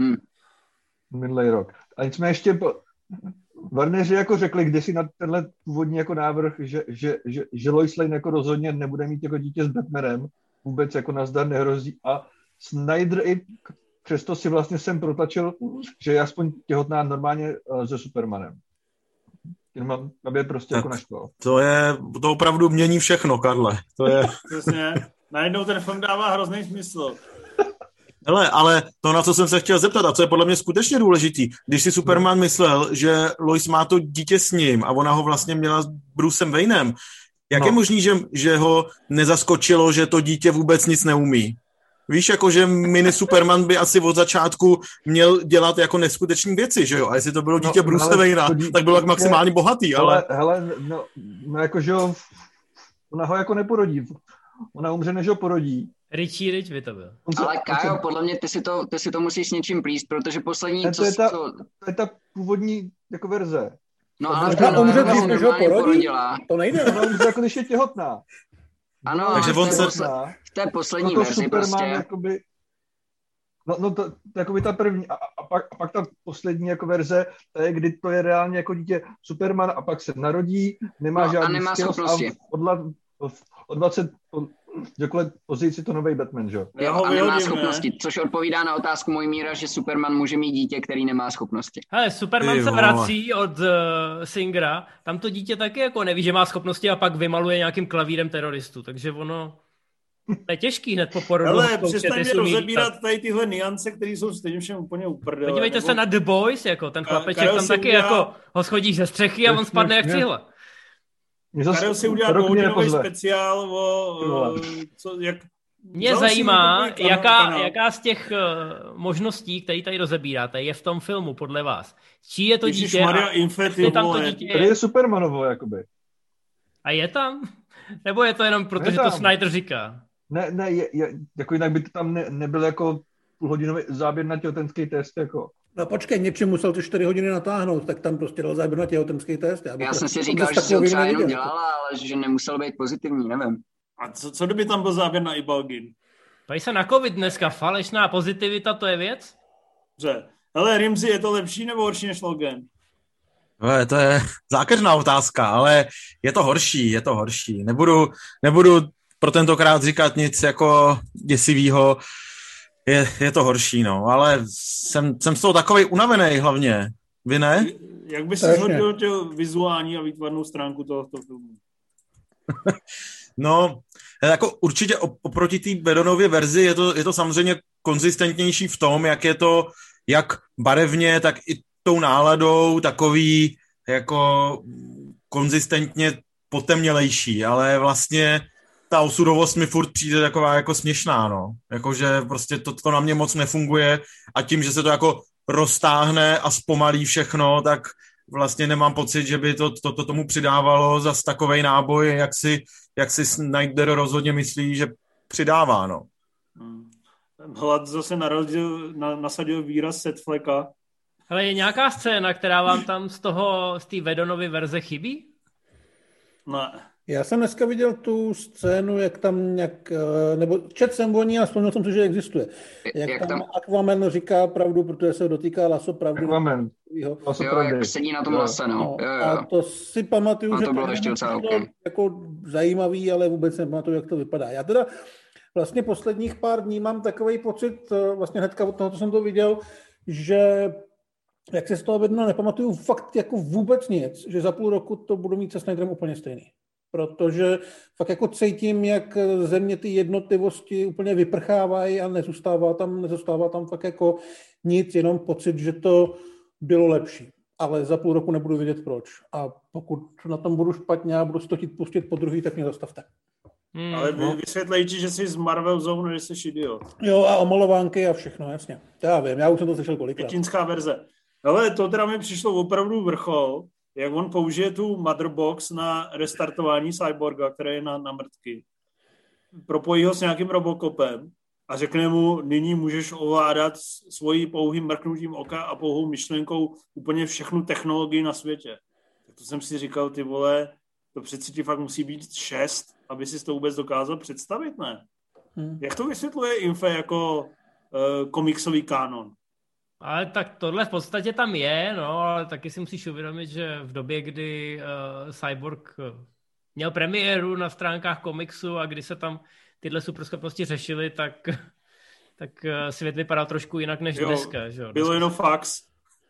Minulý rok. A nicméně ještě Warneri jako řekli kdysi na tenhle původní jako návrh, že Lois Lane jako rozhodně nebude mít jako dítě s Batmanem, vůbec jako nazdar nehrozí a Snyder i přesto si vlastně sem protlačil, že je aspoň těhotná normálně se Supermanem. Jenom aby je prostě tak jako naštval. To opravdu mění všechno, Karle. To je... Přesně. Najednou ten film dává hrozný smysl. Hele, ale to, na co jsem se chtěl zeptat, a co je podle mě skutečně důležitý, když si Superman myslel, že Lois má to dítě s ním a ona ho vlastně měla s Brucem Waynem, jak je možný, že ho nezaskočilo, že to dítě vůbec nic neumí? Víš, jako, že mini Superman by asi od začátku měl dělat jako neskutečné věci, že jo? A jestli to bylo dítě Bruce Wayna, tak bylo jak maximálně bohatý, ale... Hele, no jako, že jo, ona ho jako neporodí. Ona umře, než ho porodí. Richie Rich by to byl. Ale Kájo, podle mě ty si to musíš s něčím plíst, protože poslední... To je ta původní jako verze. No ale ona umře dřív, než ho porodí? To nejde. Ona umře jako když je těhotná. Ano, takže v té poslední verzi Superman prostě. Jakoby, to jakoby ta první a pak ta poslední jako verze, to je, kdy to je reálně jako dítě Superman a pak se narodí, nemá žádný schopnosti. O 20 let později si to nový Batman, že jo? A nemá schopnosti, což odpovídá na otázku Mojmíra, že Superman může mít dítě, který nemá schopnosti. Hele, Superman se vrací od Singera, tam to dítě taky jako neví, že má schopnosti a pak vymaluje nějakým klavírem teroristu, takže ono je těžký hned po porodu. Ale přestaň mě rozebírat tady tyhle niance, které jsou stejně všem úplně uprdele. Podívejte se na The Boys, jako ten chlapeček tam taky jako ho schodíš ze střechy a on spadne jak cihla. Karel si udělal dvouhodinový speciál Mě zajímá, jaká z těch možností, které tady rozebíráte, je v tom filmu podle vás. Čí je to dítě? Tam to dítě je? Tady je Supermanovo, jakoby. A je tam? Nebo je to jenom proto, že to Snyder říká? Ne, jako jinak by to tam nebyl jako půlhodinový záběr na těhotenský test, jako. No počkej, něčím musel ty 4 hodiny natáhnout, tak tam prostě dal záběr na těhotenský test. Já jsem si říkal, že se třeba jenom dělala, ale že nemusel být pozitivní, nevím. A co kdyby tam byl záběr na Ibalgin? Tady se na covid dneska, falešná pozitivita, to je věc? Dobře. Hele, Rimzi, je to lepší nebo horší než Logan? To je zákeřná otázka, ale je to horší. Nebudu pro tentokrát říkat nic jako děsivýho. Je to horší, no, ale jsem z toho takovej unavený hlavně. Vy ne? Jak by si zhodil vizuální a výtvarnou stránku tohoto filmu? No, jako určitě oproti té Whedonově verzi je to samozřejmě konzistentnější v tom, jak je to jak barevně, tak i tou náladou takový jako konzistentně potemnělejší, ale vlastně ta osudovost mi furt přijde taková jako směšná, no. Jakože prostě to na mě moc nefunguje a tím, že se to jako roztáhne a zpomalí všechno, tak vlastně nemám pocit, že by to tomu přidávalo zas takovej náboj, jak si Snyder rozhodně myslí, že přidává, no. Hlad zase nasadil výraz setfleka. Ale je nějaká scéna, která vám tam z té Whedonovy verze chybí? Ne. Já jsem dneska viděl tu scénu, jak tam nějak, nebo četl jsem o ní a vzpomněl jsem si, že existuje. Jak tam Aquaman říká pravdu, protože se dotýká laso pravdy. Aquaman. Jak sedí na tom lase, no. A to si pamatuju, že to bylo ještě docela jako zajímavý, ale vůbec nepamatuju, jak to vypadá. Já teda vlastně posledních pár dní mám takový pocit, vlastně hnedka od toho, co jsem to viděl, že jak se z toho vedno nepamatuju fakt jako vůbec nic, že za půl roku to budu mít se Snyderem úplně stejný. Protože fakt jako cítím, jak ze mě ty jednotlivosti úplně vyprchávají a nezůstává tam fakt jako nic, jenom pocit, že to bylo lepší. Ale za půl roku nebudu vědět proč. A pokud na tom budu špatně a budu si to chtít pustit po druhý, tak mě zastavte. Ale vysvětlej ti, že jsi z Marvel Zone, že jsi idiot. Jo, a omalovánky a všechno, jasně. Já vím, já už jsem to slyšel kolikrát. Čínská verze. Ale to teda mi přišlo opravdu vrchol, jak on použije tu Motherbox na restartování Cyborga, který je na mrtky. Propojí ho s nějakým Robocopem a řekne mu, nyní můžeš ovládat svojí pouhým mrknutím oka a pouhou myšlenkou úplně všechnu technologii na světě. Tak to jsem si říkal, ty vole, to přeci ti fakt musí být 6, aby si to vůbec dokázal představit, ne? Jak to vysvětluje Infe jako komiksový kánon? Ale tak tohle v podstatě tam je, no, ale taky si musíš uvědomit, že v době, kdy Cyborg měl premiéru na stránkách komiksu a kdy se tam tyhle superschopnosti řešily, tak svět vypadal trošku jinak než dneska. Že? Bylo jenom fax.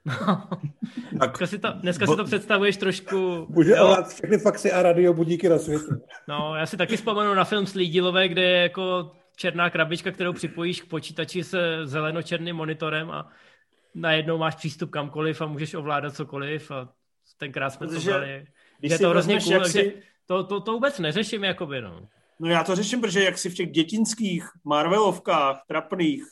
Dneska si to představuješ trošku... Může ovládat všechny faxy a radiobudíky na světě. No, já si taky vzpomenu na film Slídilové, kde je jako černá krabička, kterou připojíš k počítači se zelenočerným monitorem a najednou máš přístup kamkoliv a můžeš ovládat cokoliv a tenkrát jsme to brali. Je to hrozně cool, takže to vůbec neřeším, jakoby, no. No já to řeším, protože jak si v těch dětinských Marvelovkách, trapných,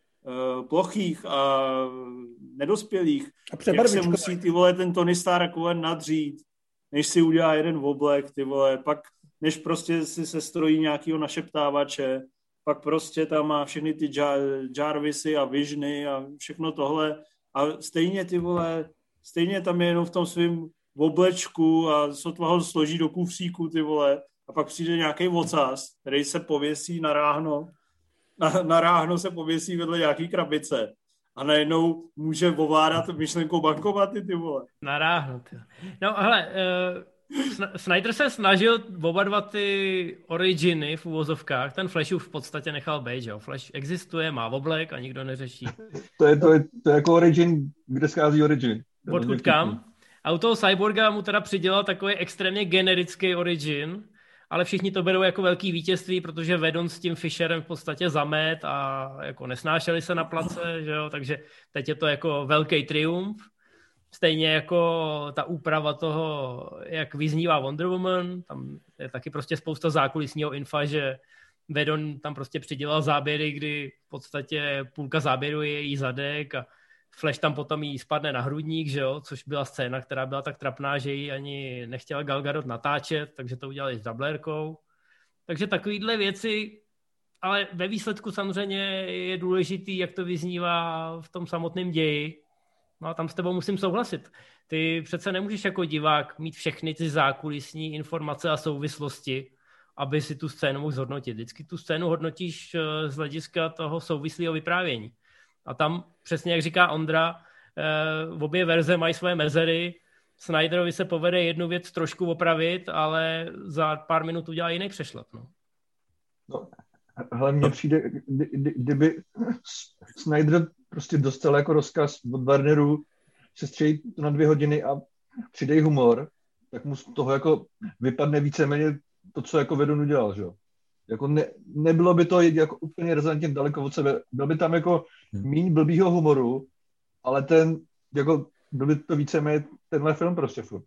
plochých a nedospělých, jak se musí ty vole ten Tony Stark nadřít, než si udělá jeden oblek, ty vole, pak než prostě si se strojí nějakýho našeptávače, pak prostě tam má všechny ty Jarvisy a Visiony a všechno tohle a stejně ty vole, stejně tam je jenom v tom svým oblečku a sotva ho složí do kufříku, ty vole, a pak přijde nějaký vocas, který se pověsí na ráhno, na ráhno se pověsí vedle nějaký krabice a najednou může ovládat myšlenkou bankomaty, ty vole. Na ráhno, ty. No, hele, Snyder se snažil oba dva ty originy v uvozovkách, ten Flash už v podstatě nechal být, že jo. Flash existuje, má oblek a nikdo neřeší. To je jako origin, kde schází origin. Odkud kam? A u toho Cyborga mu teda přidělal takový extrémně generický origin, ale všichni to berou jako velký vítězství, protože Whedon s tím Fisherem v podstatě zamet a jako nesnášeli se na place, že jo, takže teď je to jako velký triumf. Stejně jako ta úprava toho, jak vyznívá Wonder Woman, tam je taky prostě spousta zákulisního infa, že Whedon tam prostě přidělal záběry, kdy v podstatě půlka záběru je její zadek a Flash tam potom jí spadne na hrudník, že jo, což byla scéna, která byla tak trapná, že ji ani nechtěla Gal Gadot natáčet, takže to udělali s dublérkou. Takže takovýhle věci, ale ve výsledku samozřejmě je důležitý, jak to vyznívá v tom samotném ději. No a tam s tebou musím souhlasit. Ty přece nemůžeš jako divák mít všechny ty zákulisní informace a souvislosti, aby si tu scénu mohl zhodnotit. Vždycky tu scénu hodnotíš z hlediska toho souvislého vyprávění. A tam přesně, jak říká Ondra, obě verze mají svoje mezery. Snyderovi se povede jednu věc trošku opravit, ale za pár minut udělá jiný přešlap. No, hele, mně přijde, kdyby Snyder prostě dostal jako rozkaz od Warneru sestřelit to na 2 hodiny a přidej humor, tak mu z toho jako vypadne víceméně to, co jako Whedon udělal, že jo. Jako nebylo by to jako úplně razantně daleko od sebe. Byl by tam jako míň blbýho humoru, ale byl by to víceméně tenhle film prostě furt.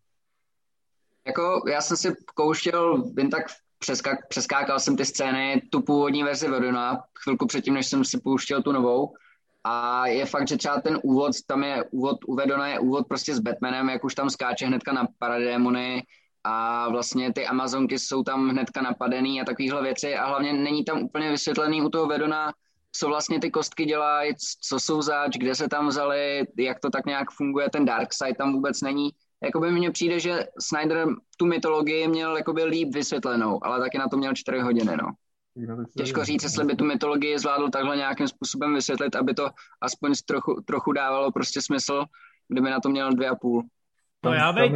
Jako já jsem si pouštěl, jen tak přeskákal jsem ty scény, tu původní verzi Whedona, chvilku předtím, než jsem si pouštěl tu novou. A je fakt, že třeba ten úvod, tam je úvod u Whedona, je úvod prostě s Batmanem, jak už tam skáče hnedka na paradémony a vlastně ty Amazonky jsou tam hnedka napadený a takovýhle věci a hlavně není tam úplně vysvětlený u toho Whedona, co vlastně ty kostky dělají, co jsou zač, kde se tam vzali, jak to tak nějak funguje, ten Darkseid tam vůbec není. Jakoby mně přijde, že Snyder tu mytologii měl jakoby líp vysvětlenou, ale taky na to měl 4 hodiny, no. Těžko říct, jestli by tu mytologii zvládl takhle nějakým způsobem vysvětlit, aby to aspoň trochu dávalo prostě smysl, kdyby na to měl 2,5. No já bych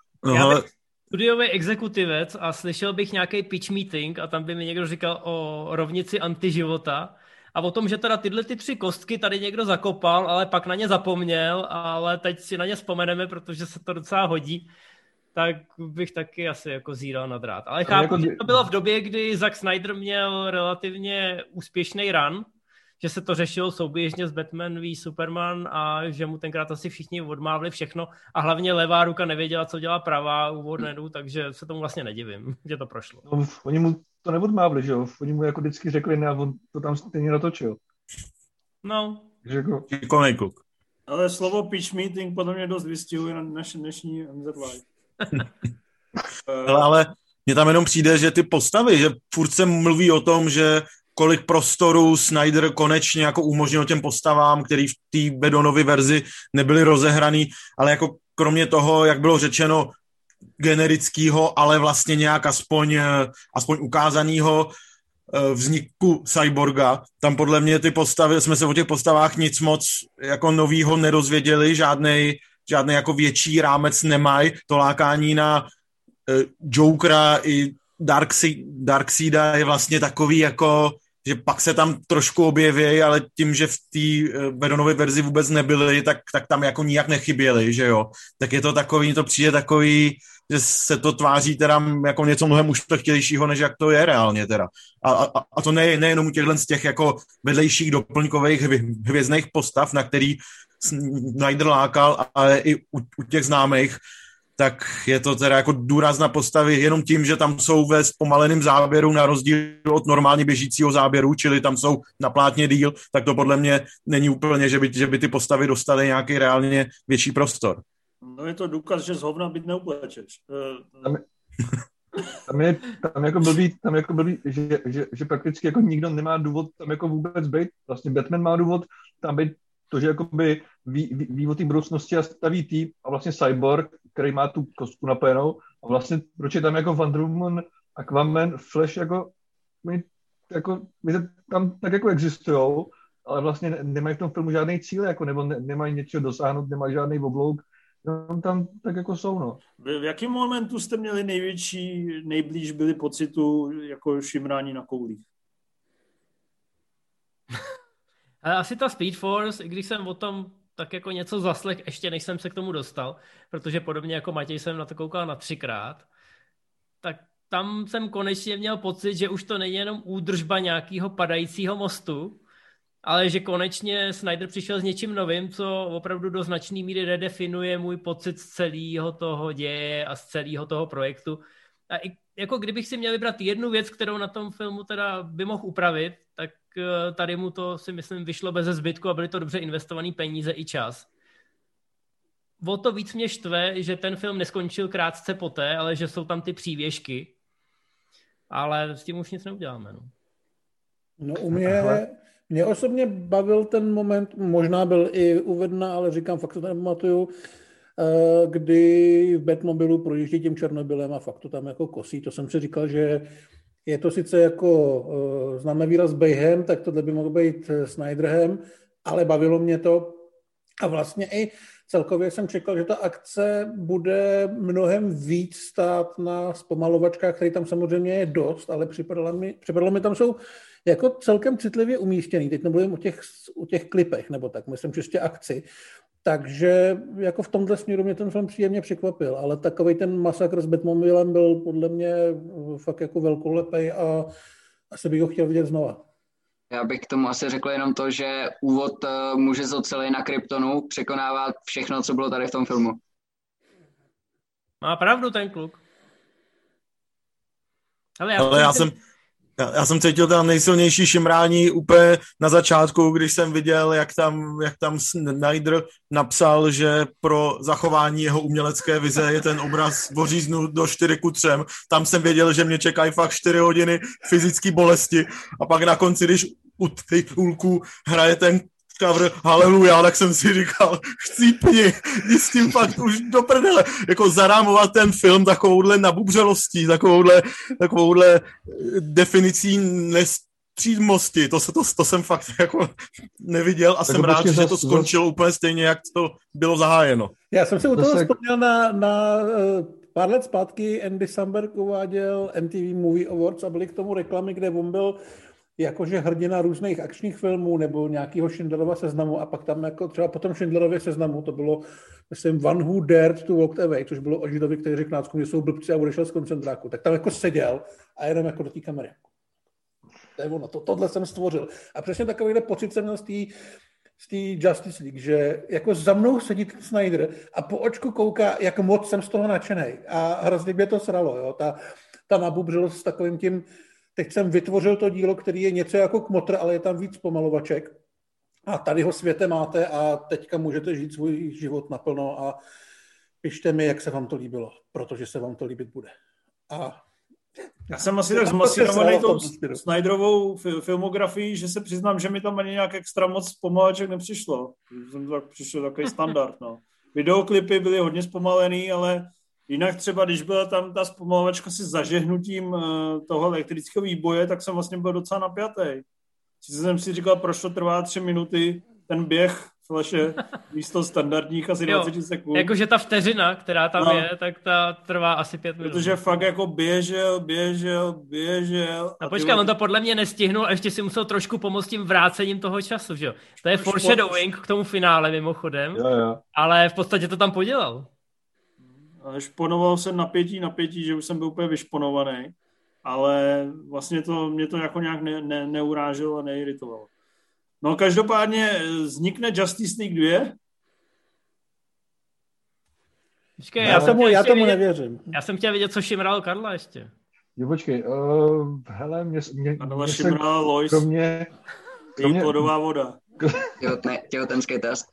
studiový exekutivec a slyšel bych nějaký pitch meeting a tam by mi někdo říkal o rovnici antiživota a o tom, že teda tyhle ty 3 kostky tady někdo zakopal, ale pak na ně zapomněl, ale teď si na ně vzpomeneme, protože se to docela hodí, tak bych taky asi jako zíral na drát. Ale chápu, že to bylo v době, kdy Zack Snyder měl relativně úspěšný run, že se to řešilo souběžně s Batman v Superman a že mu tenkrát asi všichni odmávli všechno a hlavně levá ruka nevěděla, co dělá pravá u Warneru, takže se tomu vlastně nedivím, že to prošlo. No, oni mu to neodmávli, že jo? Oni mu jako vždycky řekli ne a on to tam stejně natočil. No. Jako... Ale slovo pitch meeting podle mě dost vystihuje na naše dnešní MZ Live. Ale mně tam jenom přijde, že ty postavy, že furt se mluví o tom, že kolik prostoru Snyder konečně jako umožnil těm postavám, který v té Whedonovy verzi nebyly rozehraný, ale jako kromě toho, jak bylo řečeno, generického, ale vlastně nějak aspoň ukázanýho vzniku Cyborga. Tam podle mě ty postavy, jsme se o těch postavách nic moc jako novýho nerozvěděli, žádnej jako větší rámec nemají. To lákání na Jokera i Darkseida je vlastně takový jako že pak se tam trošku objeví, ale tím, že v té Whedonové verzi vůbec nebyly, tak tam jako nijak nechyběly, že jo. Tak je to takový, to přijde takový, že se to tváří teda jako něco mnohem ušlechtilejšího, než jak to je reálně teda. A to nejenom u těchto z těch jako vedlejších doplňkových hvězdných postav, na který Snyder lákal, ale i u těch známých, tak je to teda jako důraz na postavy jenom tím, že tam jsou ve zpomaleném záběru na rozdíl od normálně běžícího záběru, čili tam jsou na plátně díl, tak to podle mě není úplně, že by ty postavy dostaly nějaký reálně větší prostor. No je to důkaz, že z hovna být neuplečeš. Tam jako blbý, že prakticky jako nikdo nemá důvod tam jako vůbec být. Vlastně Batman má důvod tam být to, že jakoby ví o té budoucnosti a staví tým a vlastně Cyborg, který má tu kostku napojenou a vlastně proč je tam jako Wonder Woman, Aquaman, Flash jako tam tak jako existujou, ale vlastně nemají v tom filmu žádný cíl, jako, nebo nemají něčeho dosáhnout, nemají žádný oblouk, tam tak jako jsou, no. V jakém momentu jste měli nejblíž byli pocitu jako šimrání na koulích? Ale asi ta Speed Force, i když jsem o tom tak jako něco zaslech, ještě než jsem se k tomu dostal, protože podobně jako Matěj jsem na to koukal na 3krát, tak tam jsem konečně měl pocit, že už to není jenom údržba nějakého padajícího mostu, ale že konečně Snyder přišel s něčím novým, co opravdu do značné míry redefinuje můj pocit z celého toho děje a z celého toho projektu. A i jako kdybych si měl vybrat jednu věc, kterou na tom filmu teda by mohl upravit, tak tady mu to si myslím vyšlo bez zbytku a byly to dobře investované peníze i čas. O to víc mě štve, že ten film neskončil krátce poté, ale že jsou tam ty přívěšky. Ale s tím už nic neuděláme. No Mě osobně bavil ten moment, možná byl i uvedena, ale říkám, fakt to nepamatuju, kdy v Batmobilu projíždí tím Černobylem a fakt to tam jako kosí. To jsem si říkal, že je to sice jako známe výraz Bayhem, tak tohle by mohlo být Snyderhem, ale bavilo mě to a vlastně i celkově jsem čekal, že ta akce bude mnohem víc stát na zpomalovačkách, které tam samozřejmě je dost, ale připadalo mi tam jsou jako celkem citlivě umístěný. Teď nemluvím o těch klipech, nebo tak, myslím čistě akci. Takže jako v tomhle směru mě ten film příjemně překvapil, ale takovej ten masakr s Batmobilem byl podle mě fakt jako velkolepej a asi bych ho chtěl vidět znova. Já bych k tomu asi řekl jenom to, že úvod muže z oceli na Kryptonu překonává všechno, co bylo tady v tom filmu. Má pravdu ten kluk. Ale já jsem cítil tam nejsilnější šimrání úplně na začátku, když jsem viděl, jak tam Snyder napsal, že pro zachování jeho umělecké vize je ten obraz oříznut do 4:3. Tam jsem věděl, že mě čekají fakt 4 hodiny fyzické bolesti a pak na konci, když u titulku hraje ten cover Haleluja, tak jsem si říkal, chcípni, jdi s tím fakt už do prdele. Jako zarámovat ten film takovouhle nabubřelostí, takovouhle definicí nestřídmosti. To jsem fakt jako neviděl a jsem rád, že to skončilo úplně stejně, jak to bylo zahájeno. Já jsem si u toho vzpomněl na pár let zpátky Andy Samberg uváděl MTV Movie Awards a byly k tomu reklamy, kde on byl jakože hrdina různých akčních filmů nebo nějakého Schindlerova seznamu a pak tam jako třeba po tom Schindlerově seznamu to bylo, myslím, One Who Dared to Walk Away, což bylo o Židovi, který řekl nácku, že jsou blbci a odešel z koncentráku. Tak tam jako seděl a jenom jako do té kamery. To je ono, tohle jsem stvořil. A přesně takovýhle pocit jsem měl z té Justice League, že jako za mnou sedí ten Snyder a po očku kouká, jak moc jsem z toho nadšenej. A hrozně mě to sralo, jo. Ta nabubřilost s takovým tím. Teď jsem vytvořil to dílo, který je něco jako kmotr, ale je tam víc pomalovaček. A tady ho světe máte a teďka můžete žít svůj život naplno a pište mi, jak se vám to líbilo, protože se vám to líbit bude. A já jsem asi tak zmasírovaný tou Snyderovou filmografií, že se přiznám, že mi tam ani nějak extra moc zpomalovaček nepřišlo. Jsem tak přišel takový standard. No. Videoklipy byly hodně zpomalený, ale jinak třeba, když byla tam ta zpomalovačka si zažehnutím toho elektrického výboje, tak jsem vlastně byl docela napjatý. Sice jsem si říkal, proč to trvá 3 minuty, ten běh v Flashe místo standardních asi 20 sekund. Jakože ta vteřina, která tam je, tak ta trvá asi 5 minut. Protože fakt jako běžel. A počkej, on to podle mě nestihnul a ještě si musel trošku pomoct tím vrácením toho času, že jo? To je foreshadowing k tomu finále mimochodem, ale v podstatě to tam podělal. A šponoval jsem napětí, že už jsem byl úplně vyšponovaný, ale vlastně mě to jako nějak neuráželo a neiritovalo. No každopádně vznikne Justice League 2? Počkej, já tomu nevěřím. Já jsem chtěl vidět, co šimral Karla ještě. Jo, počkej, hele, mě šimral Lois. Kromě plodová voda. Těhotenský test.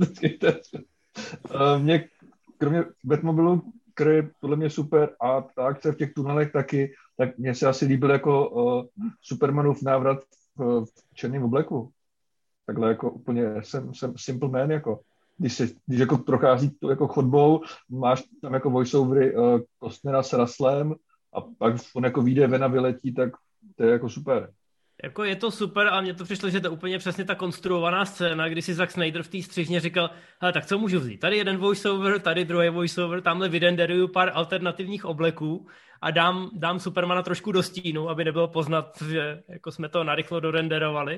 Mě kromě Batmobilu, který je podle mě super a ta akce v těch tunelech taky, tak mně se asi líbil jako Supermanův návrat v černém obleku. Takhle jako úplně jsem simple man, jako. Když jako prochází tu jako chodbou, máš tam jako voiceovery Costnera s Russellem a pak on jako vyjde ven a vyletí, tak to je jako super. Jako je to super a mně to přišlo, že to je úplně přesně ta konstruovaná scéna, kdy si Zack Snyder v té střižně říkal, hele, tak co můžu vzít? Tady jeden voiceover, tady druhý voiceover, tamhle vyrenderuju pár alternativních obleků a dám Supermana trošku do stínu, aby nebylo poznat, že jako jsme to narychlo dorenderovali.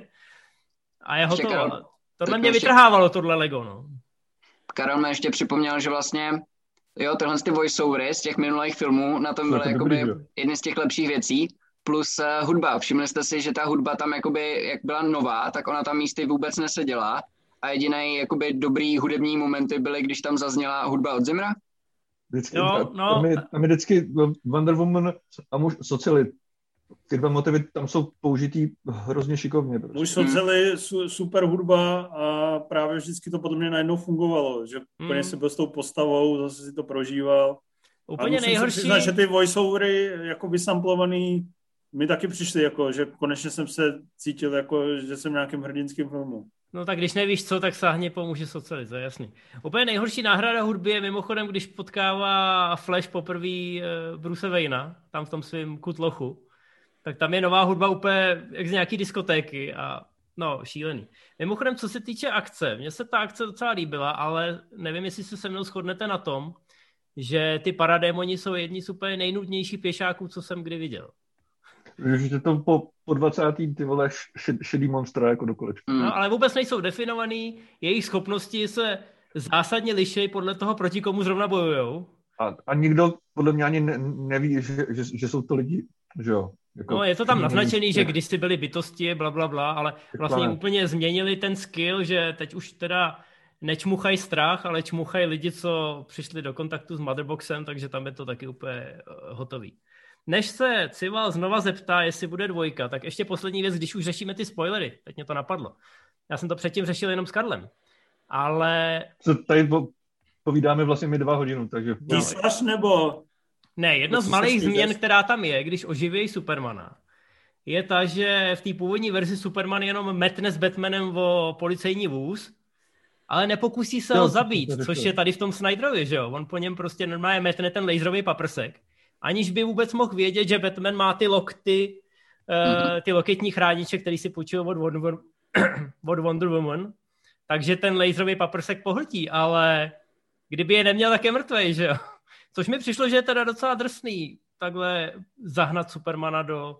A je hotovo. Tohle mě vytrhávalo, tohle Lego, no. Karel mi ještě připomněl, že vlastně tyhle ty voiceovery z těch minulých filmů na tom byly jakoby jedny z těch lepších věcí. Plus hudba. Všimli jste si, že ta hudba tam jakoby, jak byla nová, tak ona tam místy vůbec neseděla a jediný jakoby dobrý hudební momenty byly, když tam zazněla hudba od Zimmera? Vždycky, tam je vždycky Wonder Woman a muž Socialit. Ty dva motivy tam jsou použitý hrozně šikovně. Prostě. Muž Socialit, super hudba a právě vždycky to potom mě najednou fungovalo, že úplně si byl s tou postavou, zase si to prožíval. Úplně nejhorší. A musím se přiznat, že ty voiceovery jako vysamplovaný mi taky přišli, jako, že konečně jsem se cítil, jako, že jsem v nějakém hrdinském filmu. No tak když nevíš co, tak sáhni pomůže Socialit, to je jasný. Úplně nejhorší náhrada hudby je mimochodem, když potkává Flash poprvé Bruce Wayna, tam v tom svém kutlochu, tak tam je nová hudba úplně jak z nějaký diskotéky a no, šílený. Mimochodem, co se týče akce, mně se ta akce docela líbila, ale nevím, jestli se mnou shodnete na tom, že ty paradémoni jsou jedni z úplně nejnudnějších pěšáků, co jsem kdy viděl. Že to po 20. ty vole šedý monstra jako do kolečka. No, ale vůbec nejsou definovaný, jejich schopnosti se zásadně liší podle toho, proti komu zrovna bojujou. A nikdo podle mě ani neví, že jsou to lidi, že jo. Jako, no, je to tam naznačený, že kdysi byly bytosti, blablabla, ale vlastně úplně změnili ten skill, že teď už teda nečmuchají strach, ale čmuchají lidi, co přišli do kontaktu s Motherboxem, takže tam je to taky úplně hotový. Než se Cival znova zeptá, jestli bude 2, tak ještě poslední věc, když už řešíme ty spoilery, teď mě to napadlo. Já jsem to předtím řešil jenom s Karlem, ale... Co tady povídáme vlastně my 2 hodiny, takže... Písař nebo... Ne, jedna z malých změn, která tam je, když oživějí Supermana, je ta, že v té původní verzi Superman jenom metne s Batmanem o policejní vůz, ale nepokusí se ho zabít, což je tady v tom Snyderovi, že jo? On po něm prostě normálně metne ten laserový paprsek, aniž by vůbec mohl vědět, že Batman má ty lokty, ty loketní chrániče, který si půjčil od Wonder Woman, takže ten laserový paprsek pohltí, ale kdyby je neměl, tak je mrtvej, že jo? Což mi přišlo, že je teda docela drsný takhle zahnat Supermana do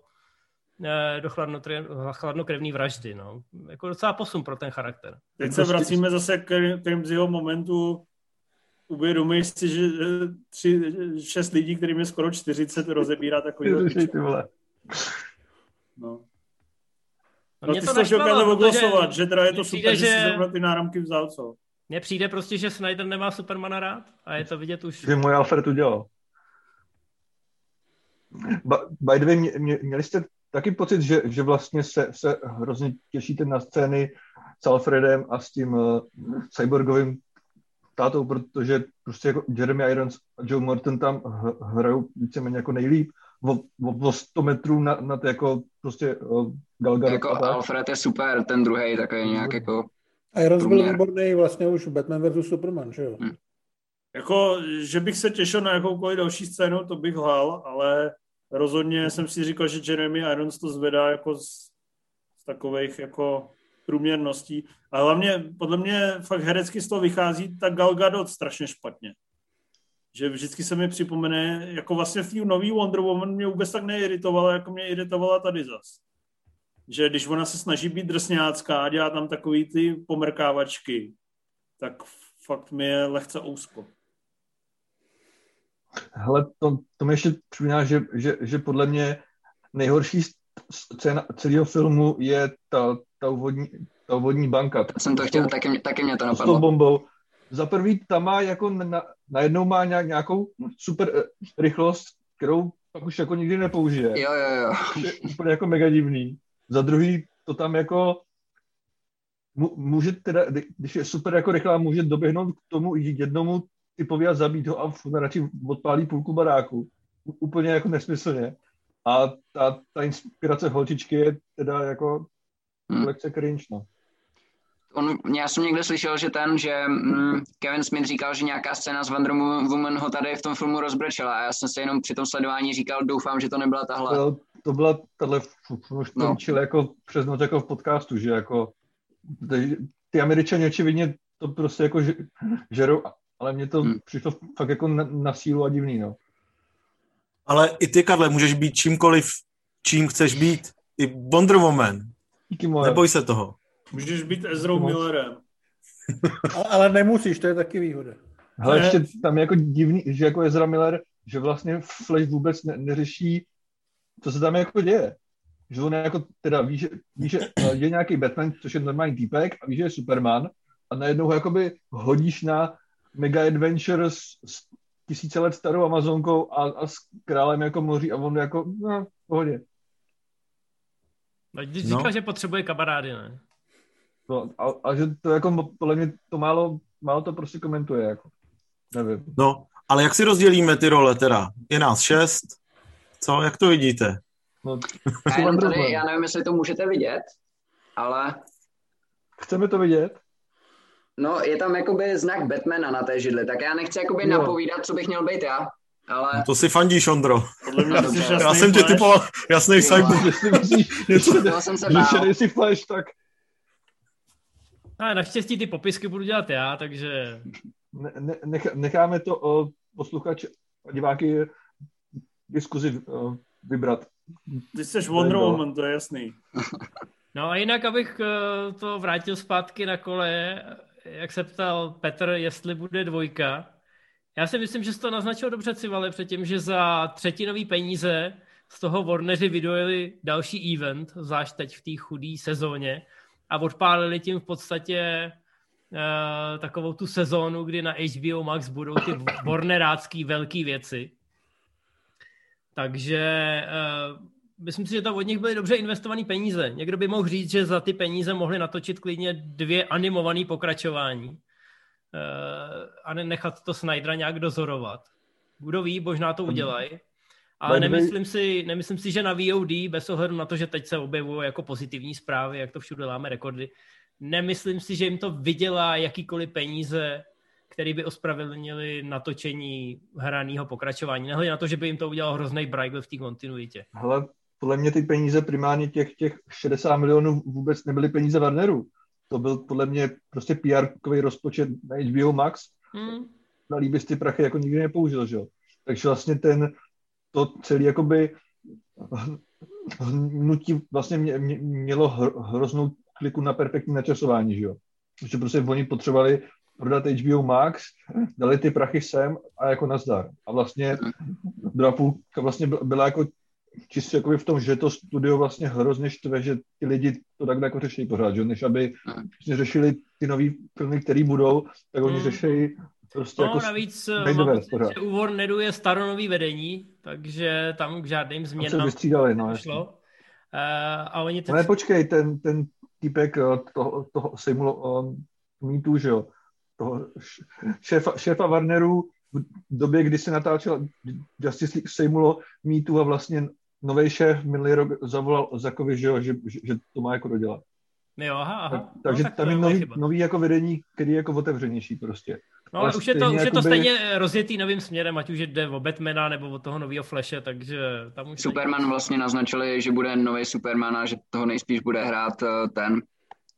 chladnokrevný vraždy. No. Jako docela posun pro ten charakter. Teď se vracíme zase k jeho momentu. Uvědomíš si, že 6 lidí, kterým je skoro 40, rozebírá takový. No. No ty jsi to chtěl oglosovat, že teda je to super, že si zrovna ty náramky vzal, co? Mně přijde prostě, že Snyder nemá Supermana rád a je to vidět už. Že můj Alfred udělal. By the way, měli jste taky pocit, že vlastně se hrozně těšíte na scény s Alfredem a s tím cyborgovým tátou, protože prostě jako Jeremy Irons a Joe Morton tam hrajou víceméně jako nejlíp o 100 metrů nad jako prostě Gal Gadot. Jako Alfred je super, ten druhej takový nějak jako Irons byl výborný vlastně už Batman vs. Superman, že jo? Jako, že bych se těšil na jakoukoliv další scénu, to bych lhal, ale rozhodně jsem si říkal, že Jeremy Irons to zvedá jako z takových jako průměrností. A hlavně, podle mě fakt herecky z toho vychází ta Gal Gadot strašně špatně. Že vždycky se mi připomene, jako vlastně v té nový Wonder Woman mě vůbec tak neiritovala, jako mě iritovala tady zas. Že když ona se snaží být drsňácká a dělá tam takový ty pomrkávačky, tak fakt mi je lehce úzko. Hele, to mi ještě připomíná, že podle mě nejhorší scéna celého filmu je ta úvodní banka. Jsem to chtěl, taky mě to napadlo. S tou bombou. Za prvý tam má jako najednou má nějakou super rychlost, kterou pak už jako nikdy nepoužije. Jo. Je úplně jako mega divný. Za druhý to tam jako může teda, když je super jako rychlá, může doběhnout k tomu jednomu typovi a zabít ho a radši odpálí půlku baráku. Úplně jako nesmyslně. A ta inspirace holčičky je teda jako lekce cringe, no. Já jsem někde slyšel, že Kevin Smith říkal, že nějaká scéna z Wonder Woman ho tady v tom filmu rozbrečela a já jsem si jenom při tom sledování říkal, doufám, že to nebyla tahle. To byla tahle, už to učil jako přes noc jako v podcastu, že jako ty Američani očividně to prostě jako žerou, ale mně to přišlo fakt jako na sílu a divný, no. Ale i ty, Karle, můžeš být čímkoliv, čím chceš být. I Wonder Woman. Neboj se toho. Můžeš být Ezrou Millerem. Ale nemusíš, to je taky výhoda. Hele, ještě tam je jako divný, že jako Ezra Miller, že vlastně Flash vůbec neřeší, co se tam jako děje. Že on jako teda ví, že je nějaký Batman, což je normální týpek, a ví, že je Superman, a najednou ho jakoby hodíš na mega adventure s 1000 let starou Amazonkou a s králem jako moří a on jako, v pohodě. Když říkal, že potřebuje kamarády, ne? No, a že to jako, podle mě to málo to prostě komentuje, jako. Nevím. No, ale jak si rozdělíme ty role teda? Je nás 6? Co? Jak to vidíte? No, já nevím, jestli to můžete vidět, ale... Chceme to vidět? No, je tam jakoby znak Batmana na té židli, tak já nechci jakoby napovídat, co bych měl být já, ale... No to si fandíš, Ondro. Podle mě já jsem tě typoval jasnej cyborg. Toho jsem se bál. Když nejsi Flash, tak... Ale naštěstí ty popisky budu dělat já, takže... Necháme to posluchač a diváky diskuzi vybrat. Ty jsi Wonder Woman, to je jasný. No a jinak, abych to vrátil zpátky na kole, jak se ptal Petr, jestli bude 2. Já si myslím, že jsi to naznačil dobře, Civale, předtím, že za třetinový peníze z toho Warneri vydojili další event, zvlášť teď v té chudé sezóně, a odpálili tím v podstatě takovou tu sezónu, kdy na HBO Max budou ty warnerácký velký věci. Takže myslím si, že to od nich byly dobře investované peníze. Někdo by mohl říct, že za ty peníze mohli natočit klidně 2 animované pokračování a nechat to Snydera nějak dozorovat. Kdo ví, možná to udělají. Ale nemyslím si, že na VOD, bez ohledu na to, že teď se objevují jako pozitivní zprávy, jak to všude láme rekordy, nemyslím si, že jim to vydělá jakýkoliv peníze, který by ospravedlnili natočení hraného pokračování. Nehledě na to, že by jim to udělalo hrozný brajgl v té kontinuitě. Hele, podle mě ty peníze primárně těch 60 milionů vůbec nebyly peníze Warneru. To byl podle mě prostě PR-kový rozpočet na HBO Max. Na líbys ty prachy jako nikdy nepoužil, že jo. Takže vlastně to celé jakoby hnutí vlastně mělo hroznou kliku na perfektní načasování, že jo. Protože prostě oni potřebovali prodat HBO Max, dali ty prachy sem a jako nazdar. A vlastně druhá půlka vlastně byla jako čistě jakoby v tom, že to studio vlastně hrozně štve, že ty lidi to takhle jako řeší pořád, že než aby vlastně řešili ty nový filmy, který budou, tak oni řeší prostě jako navíc mám pocit, že u Warneru je staronový vedení, takže tam k žádným změnám nešlo. A oni teď... Ne, počkej, ten týpek toho Seymour mýtu, že jo, toho šéfa Warneru v době, kdy se natáčel Justice League Seymour mýtu a vlastně nový šéf minulý rok zavolal Zakovi, že to má jako dodělat. Jo, aha. Takže no, tam je nový jako vedení, který je jako otevřenější prostě. No, ale už je to stejně rozjetý novým směrem, ať už jde o Batmana nebo o toho nového Flashe, takže tam už... Superman vlastně naznačili, že bude nový Superman a že toho nejspíš bude hrát ten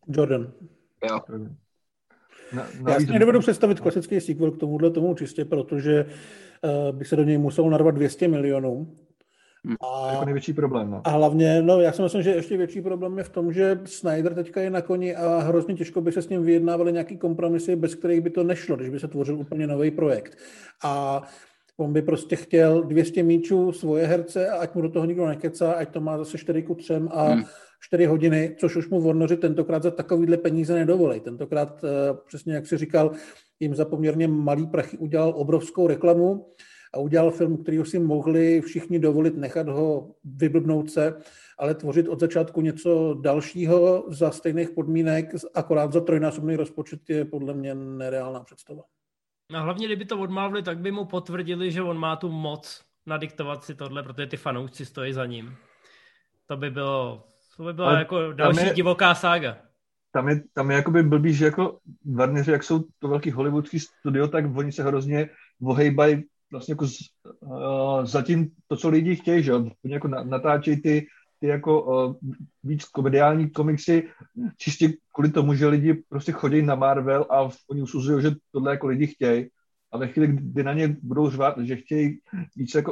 Jordan. Jo. Já si nedovedu představit klasický sequel k tomu čistě, protože by se do něj muselo narvat 200 milionů. A jako největší problém. No. A hlavně, já si myslím, že ještě větší problém je v tom, že Snyder teďka je na koni a hrozně těžko by se s ním vyjednávali nějaký kompromisy, bez kterých by to nešlo, když by se tvořil úplně nový projekt. A on by prostě chtěl 200 míčů, svoje herce a ať mu do toho nikdo nekecá, ať to má zase 4:3 a 4 hodiny, což už mu Warneri tentokrát za takovýhle peníze nedovolí. Tentokrát, přesně jak si říkal, jim za poměrně malý prachy udělal obrovskou reklamu a udělal film, který si mohli všichni dovolit nechat ho vyblbnout se, ale tvořit od začátku něco dalšího za stejných podmínek, akorát za trojnásobný rozpočet je podle mě nereálná představa. A hlavně, kdyby to odmávli, tak by mu potvrdili, že on má tu moc nadiktovat si tohle, protože ty fanoušci stojí za ním. To by bylo jako další divoká sága. Tam je jakoby blbý, že jako Warneri, jak jsou to velký hollywoodský studio, tak oni se hrozně ohejbají vlastně jako zatím to, co lidi chtějí, že oni jako natáčejí ty jako víc komediální komiksy čistě kvůli tomu, že lidi prostě chodí na Marvel a oni usuzují, že tohle jako lidi chtějí. A ve chvíli, kdy na ně budou řvát, že chtějí víc jako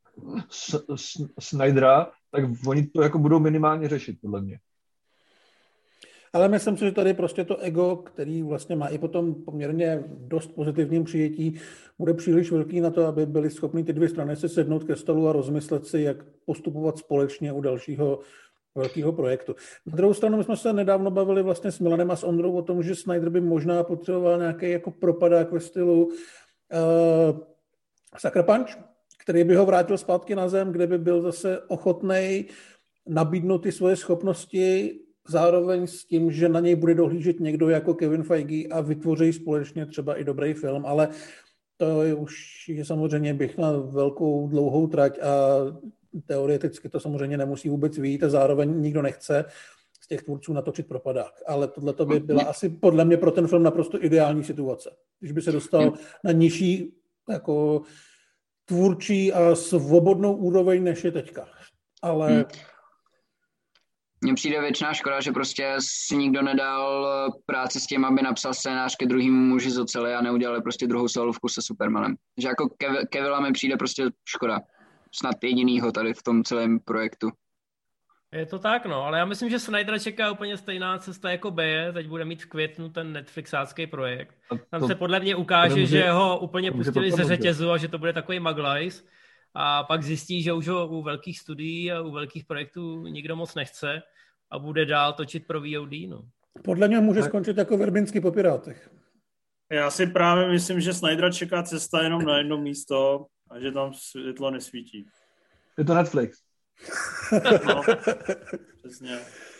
Snydera, tak oni to jako budou minimálně řešit, podle mě. Ale myslím si, že tady prostě to ego, který vlastně má i potom poměrně dost pozitivním přijetí, bude příliš velký na to, aby byli schopni ty dvě strany se sednout ke stolu a rozmyslet si, jak postupovat společně u dalšího velkého projektu. Na druhou stranu my jsme se nedávno bavili vlastně s Milanem a s Ondrou o tom, že Snyder by možná potřeboval nějaký jako propadák ve stylu Sucker Punch, který by ho vrátil zpátky na zem, kde by byl zase ochotnej nabídnout ty svoje schopnosti zároveň s tím, že na něj bude dohlížet někdo jako Kevin Feige a vytvoří společně třeba i dobrý film, ale to je už samozřejmě běh na velkou dlouhou trať a teoreticky to samozřejmě nemusí vůbec vyjít a zároveň nikdo nechce z těch tvůrců natočit propadák. Ale tohleto by byla asi podle mě pro ten film naprosto ideální situace. Když by se dostal na nižší jako tvůrčí a svobodnou úroveň, než je teďka. Ale mně přijde věčná škoda, že prostě si nikdo nedal práci s tím, aby napsal scénář ke druhému muži z oceli a neudělali prostě druhou solovku se Supermanem. Že jako Kevila mi přijde prostě škoda. Snad jedinýho tady v tom celém projektu. Je to tak, no, ale já myslím, že Snydera čeká úplně stejná cesta jako B. Teď bude mít v květnu ten Netflixácký projekt. Tam se podle mě ukáže, že ho úplně pustili ze řetězu a že to bude takový maglajs. A pak zjistí, že už ho u velkých studií a u velkých projektů nikdo moc nechce a bude dál točit pro VOD, no. Podle něho může skončit jako Verbinský po Pirátech. Já si právě myslím, že Snydera čeká cesta jenom na jedno místo a že tam světlo nesvítí. Je to Netflix. No, přesně.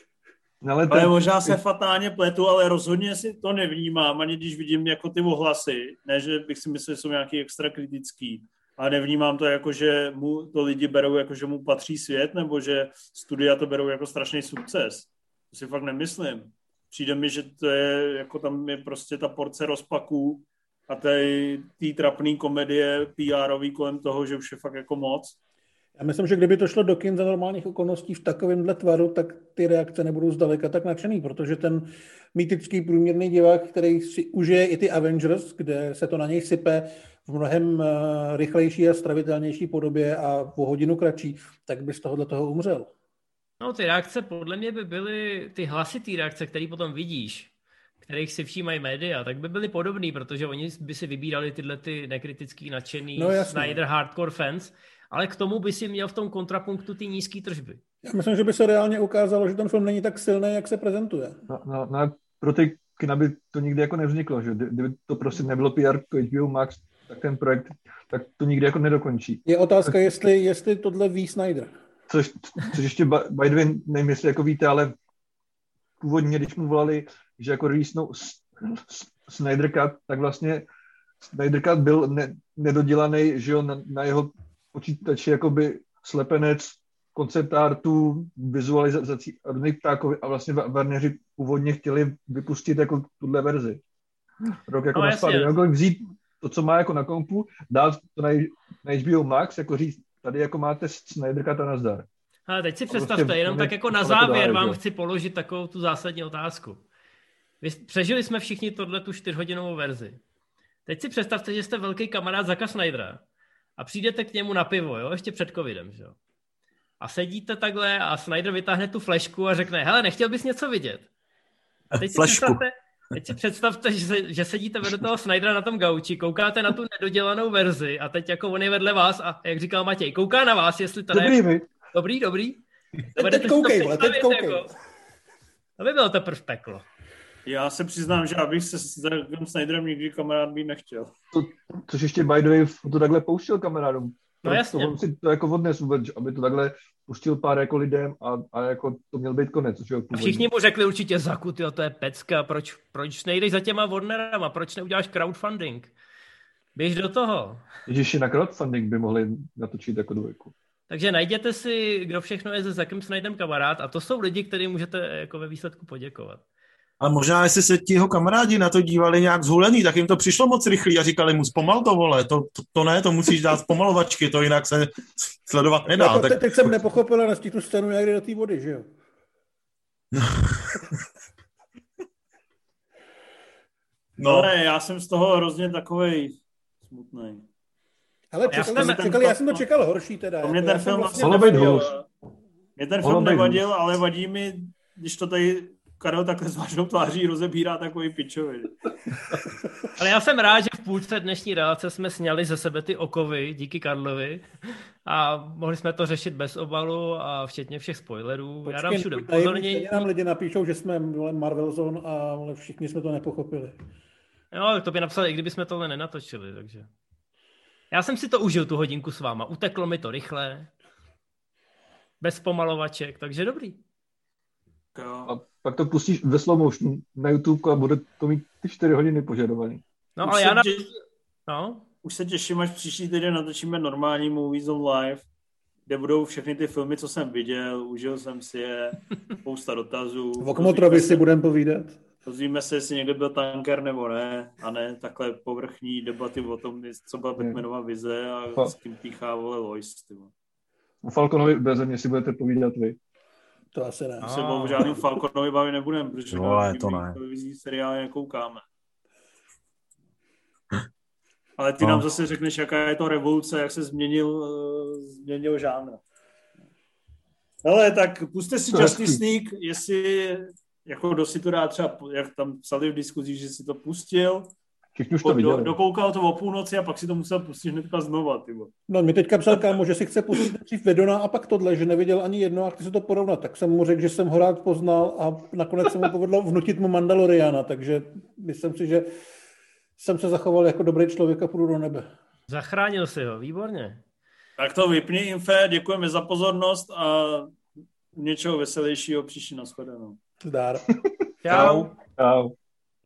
Ale možná se fatálně pletu, ale rozhodně si to nevnímám, ani když vidím jako ty ohlasy. Ne, že bych si myslel, že jsou nějaký extra kritický. A nevnímám to jako, že mu to lidi berou jako, že mu patří svět, nebo že studia to berou jako strašný sukces. To si fakt nemyslím. Přijde mi, že to je, jako tam je prostě ta porce rozpaků a té trapný komedie PR-ový kolem toho, že už je fakt jako moc. Já myslím, že kdyby to šlo do kin za normálních okolností v takovémhle tvaru, tak ty reakce nebudou zdaleka tak nadšený, protože ten mýtický průměrný divák, který si užije i ty Avengers, kde se to na něj sype v mnohem rychlejší a stravitelnější podobě a o hodinu kratší, tak by z toho umřel. No, ty reakce podle mě by byly ty hlasitý reakce, které potom vidíš, kterých si všímají média, tak by byly podobný, protože oni by si vybírali tyhle ty nekritický nadšený Snyder hardcore fans, ale k tomu by si měl v tom kontrapunktu ty nízký tržby. Já myslím, že by se reálně ukázalo, že ten film není tak silný, jak se prezentuje. No pro ty kina by to nikdy jako nevzniklo, že kdyby to prostě nebylo PR HBO Max, tak ten projekt, tak to nikdy jako nedokončí. Je otázka, jestli tohle ví Snyder. Což ještě by the way, nevím, jestli jako víte, ale původně, když mu volali, že jako releasenou Snyder Cut, tak vlastně Snyder Cut byl nedodělaný, že jo, na jeho počítači jakoby slepenec koncept artu, vizualizací různých ptáků a vlastně Warneri původně chtěli vypustit jako tuhle verzi. Rok jako naspátek. Jako vzít to, co má jako na kompu, dát to na HBO Max, jako říct, tady jako máte Snyder Cut a nazdar. Ale teď si představte, jenom tak jako na závěr vám chci položit takovou tu zásadní otázku. Přežili jsme všichni tu 4hodinovou verzi. Teď si představte, že jste velký kamarád Zacka Snydera a přijdete k němu na pivo, jo, ještě před covidem, že jo. A sedíte takhle a Snyder vytáhne tu flešku a řekne, hele, nechtěl bys něco vidět? A teď si představte, že sedíte vedle toho Snydera na tom gauči, koukáte na tu nedodělanou verzi a teď jako on je vedle vás a jak říkal Matěj, kouká na vás, jestli to ne... Dobrý. Teď koukej. Jako... To by bylo teprve peklo. Já se přiznám, že abych se s Zackem Snyderem nikdy kamarád být nechtěl. Což ještě by the way to takhle pouštěl kamarádům. No jasně. On si to jako odnes vůbec, aby to takhle pustil pár jako lidem a jako to měl být konec. A všichni mu řekli určitě Zacku, tyjo, to je pecka, proč nejdeš za těma Warnerama, proč neuděláš crowdfunding? Běž do toho. Ježiši, na crowdfunding by mohli natočit jako 2. Takže najděte si, kdo všechno je se Zackem Snyderem kamarád a to jsou lidi, kterým můžete jako ve výsledku poděkovat. Ale možná, jestli se ti jeho kamarádi na to dívali nějak zhulený, tak jim to přišlo moc rychlý a říkali mu, zpomal to, vole, to ne, to musíš dát zpomalovačky, to jinak se sledovat nedá. No, tak... Teď jsem nepochopil a tu scénu jak jde do té vody, že jo? No. Ale já jsem z toho hrozně takovej smutnej. Ale já jsem to čekal horší teda. Mě ten film nevadil, ale vadí mi, když to tady Karel takhle s vážnou tváří rozebírá takový pičoviny. Ale já jsem rád, že v půlce dnešní relace jsme sňali ze sebe ty okovy díky Karlovi a mohli jsme to řešit bez obalu a včetně všech spoilerů. Počkej, já dám všude upozornění. Nám lidi napíšou, že jsme Marvel Zone, ale všichni jsme to nepochopili. Jo, to by napsali, i kdyby jsme tohle nenatočili, takže... Já jsem si to užil, tu hodinku s váma. Uteklo mi to rychle, bez pomalovaček, takže dobrý. A pak to pustíš ve slow motion na YouTube a bude to mít ty 4 hodiny požadovaný. No, ale já Už se těším, až příští týden natočíme normální Movies on Live, kde budou všechny ty filmy, co jsem viděl, užil jsem si je, spousta dotazů. O Kmotrovi si budeme povídat. Dozvíme se, jestli někdo byl tanker nebo ne, a ne takhle povrchní debaty o tom, co byla Batmanova vize a s kým píchá vole Lois. O Falconovi beze mě si budete povídat vy. To asi ne. My se o žádným Falconovi bavit nebudeme, protože na televizní seriály nekoukáme. Ale ty nám zase řekneš, jaká je to revoluce, jak se změnil žánr. Hele, tak puste si Justice League, jestli jako kdo si to dá třeba, jak tam psali v diskuzi, že si to pustil, všichni už to viděli. Dokoukal to o půlnoci a pak si to musel pustit hnedka znova. Tybo. No, mi teďka psal kámo, že si chce pustit dřív Vedona a pak tohle, že neviděl ani jedno a chce se to porovnat. Tak jsem mu řekl, že jsem ho rád poznal a nakonec se mu povedlo vnutit mu Mandaloriana, takže myslím si, že jsem se zachoval jako dobrý člověk a půjdu do nebe. Zachránil si ho, výborně. Tak to vypni, Infe, děkujeme za pozornost a něčeho veselějšího příští nashledanou. Zdar. Čau. Čau.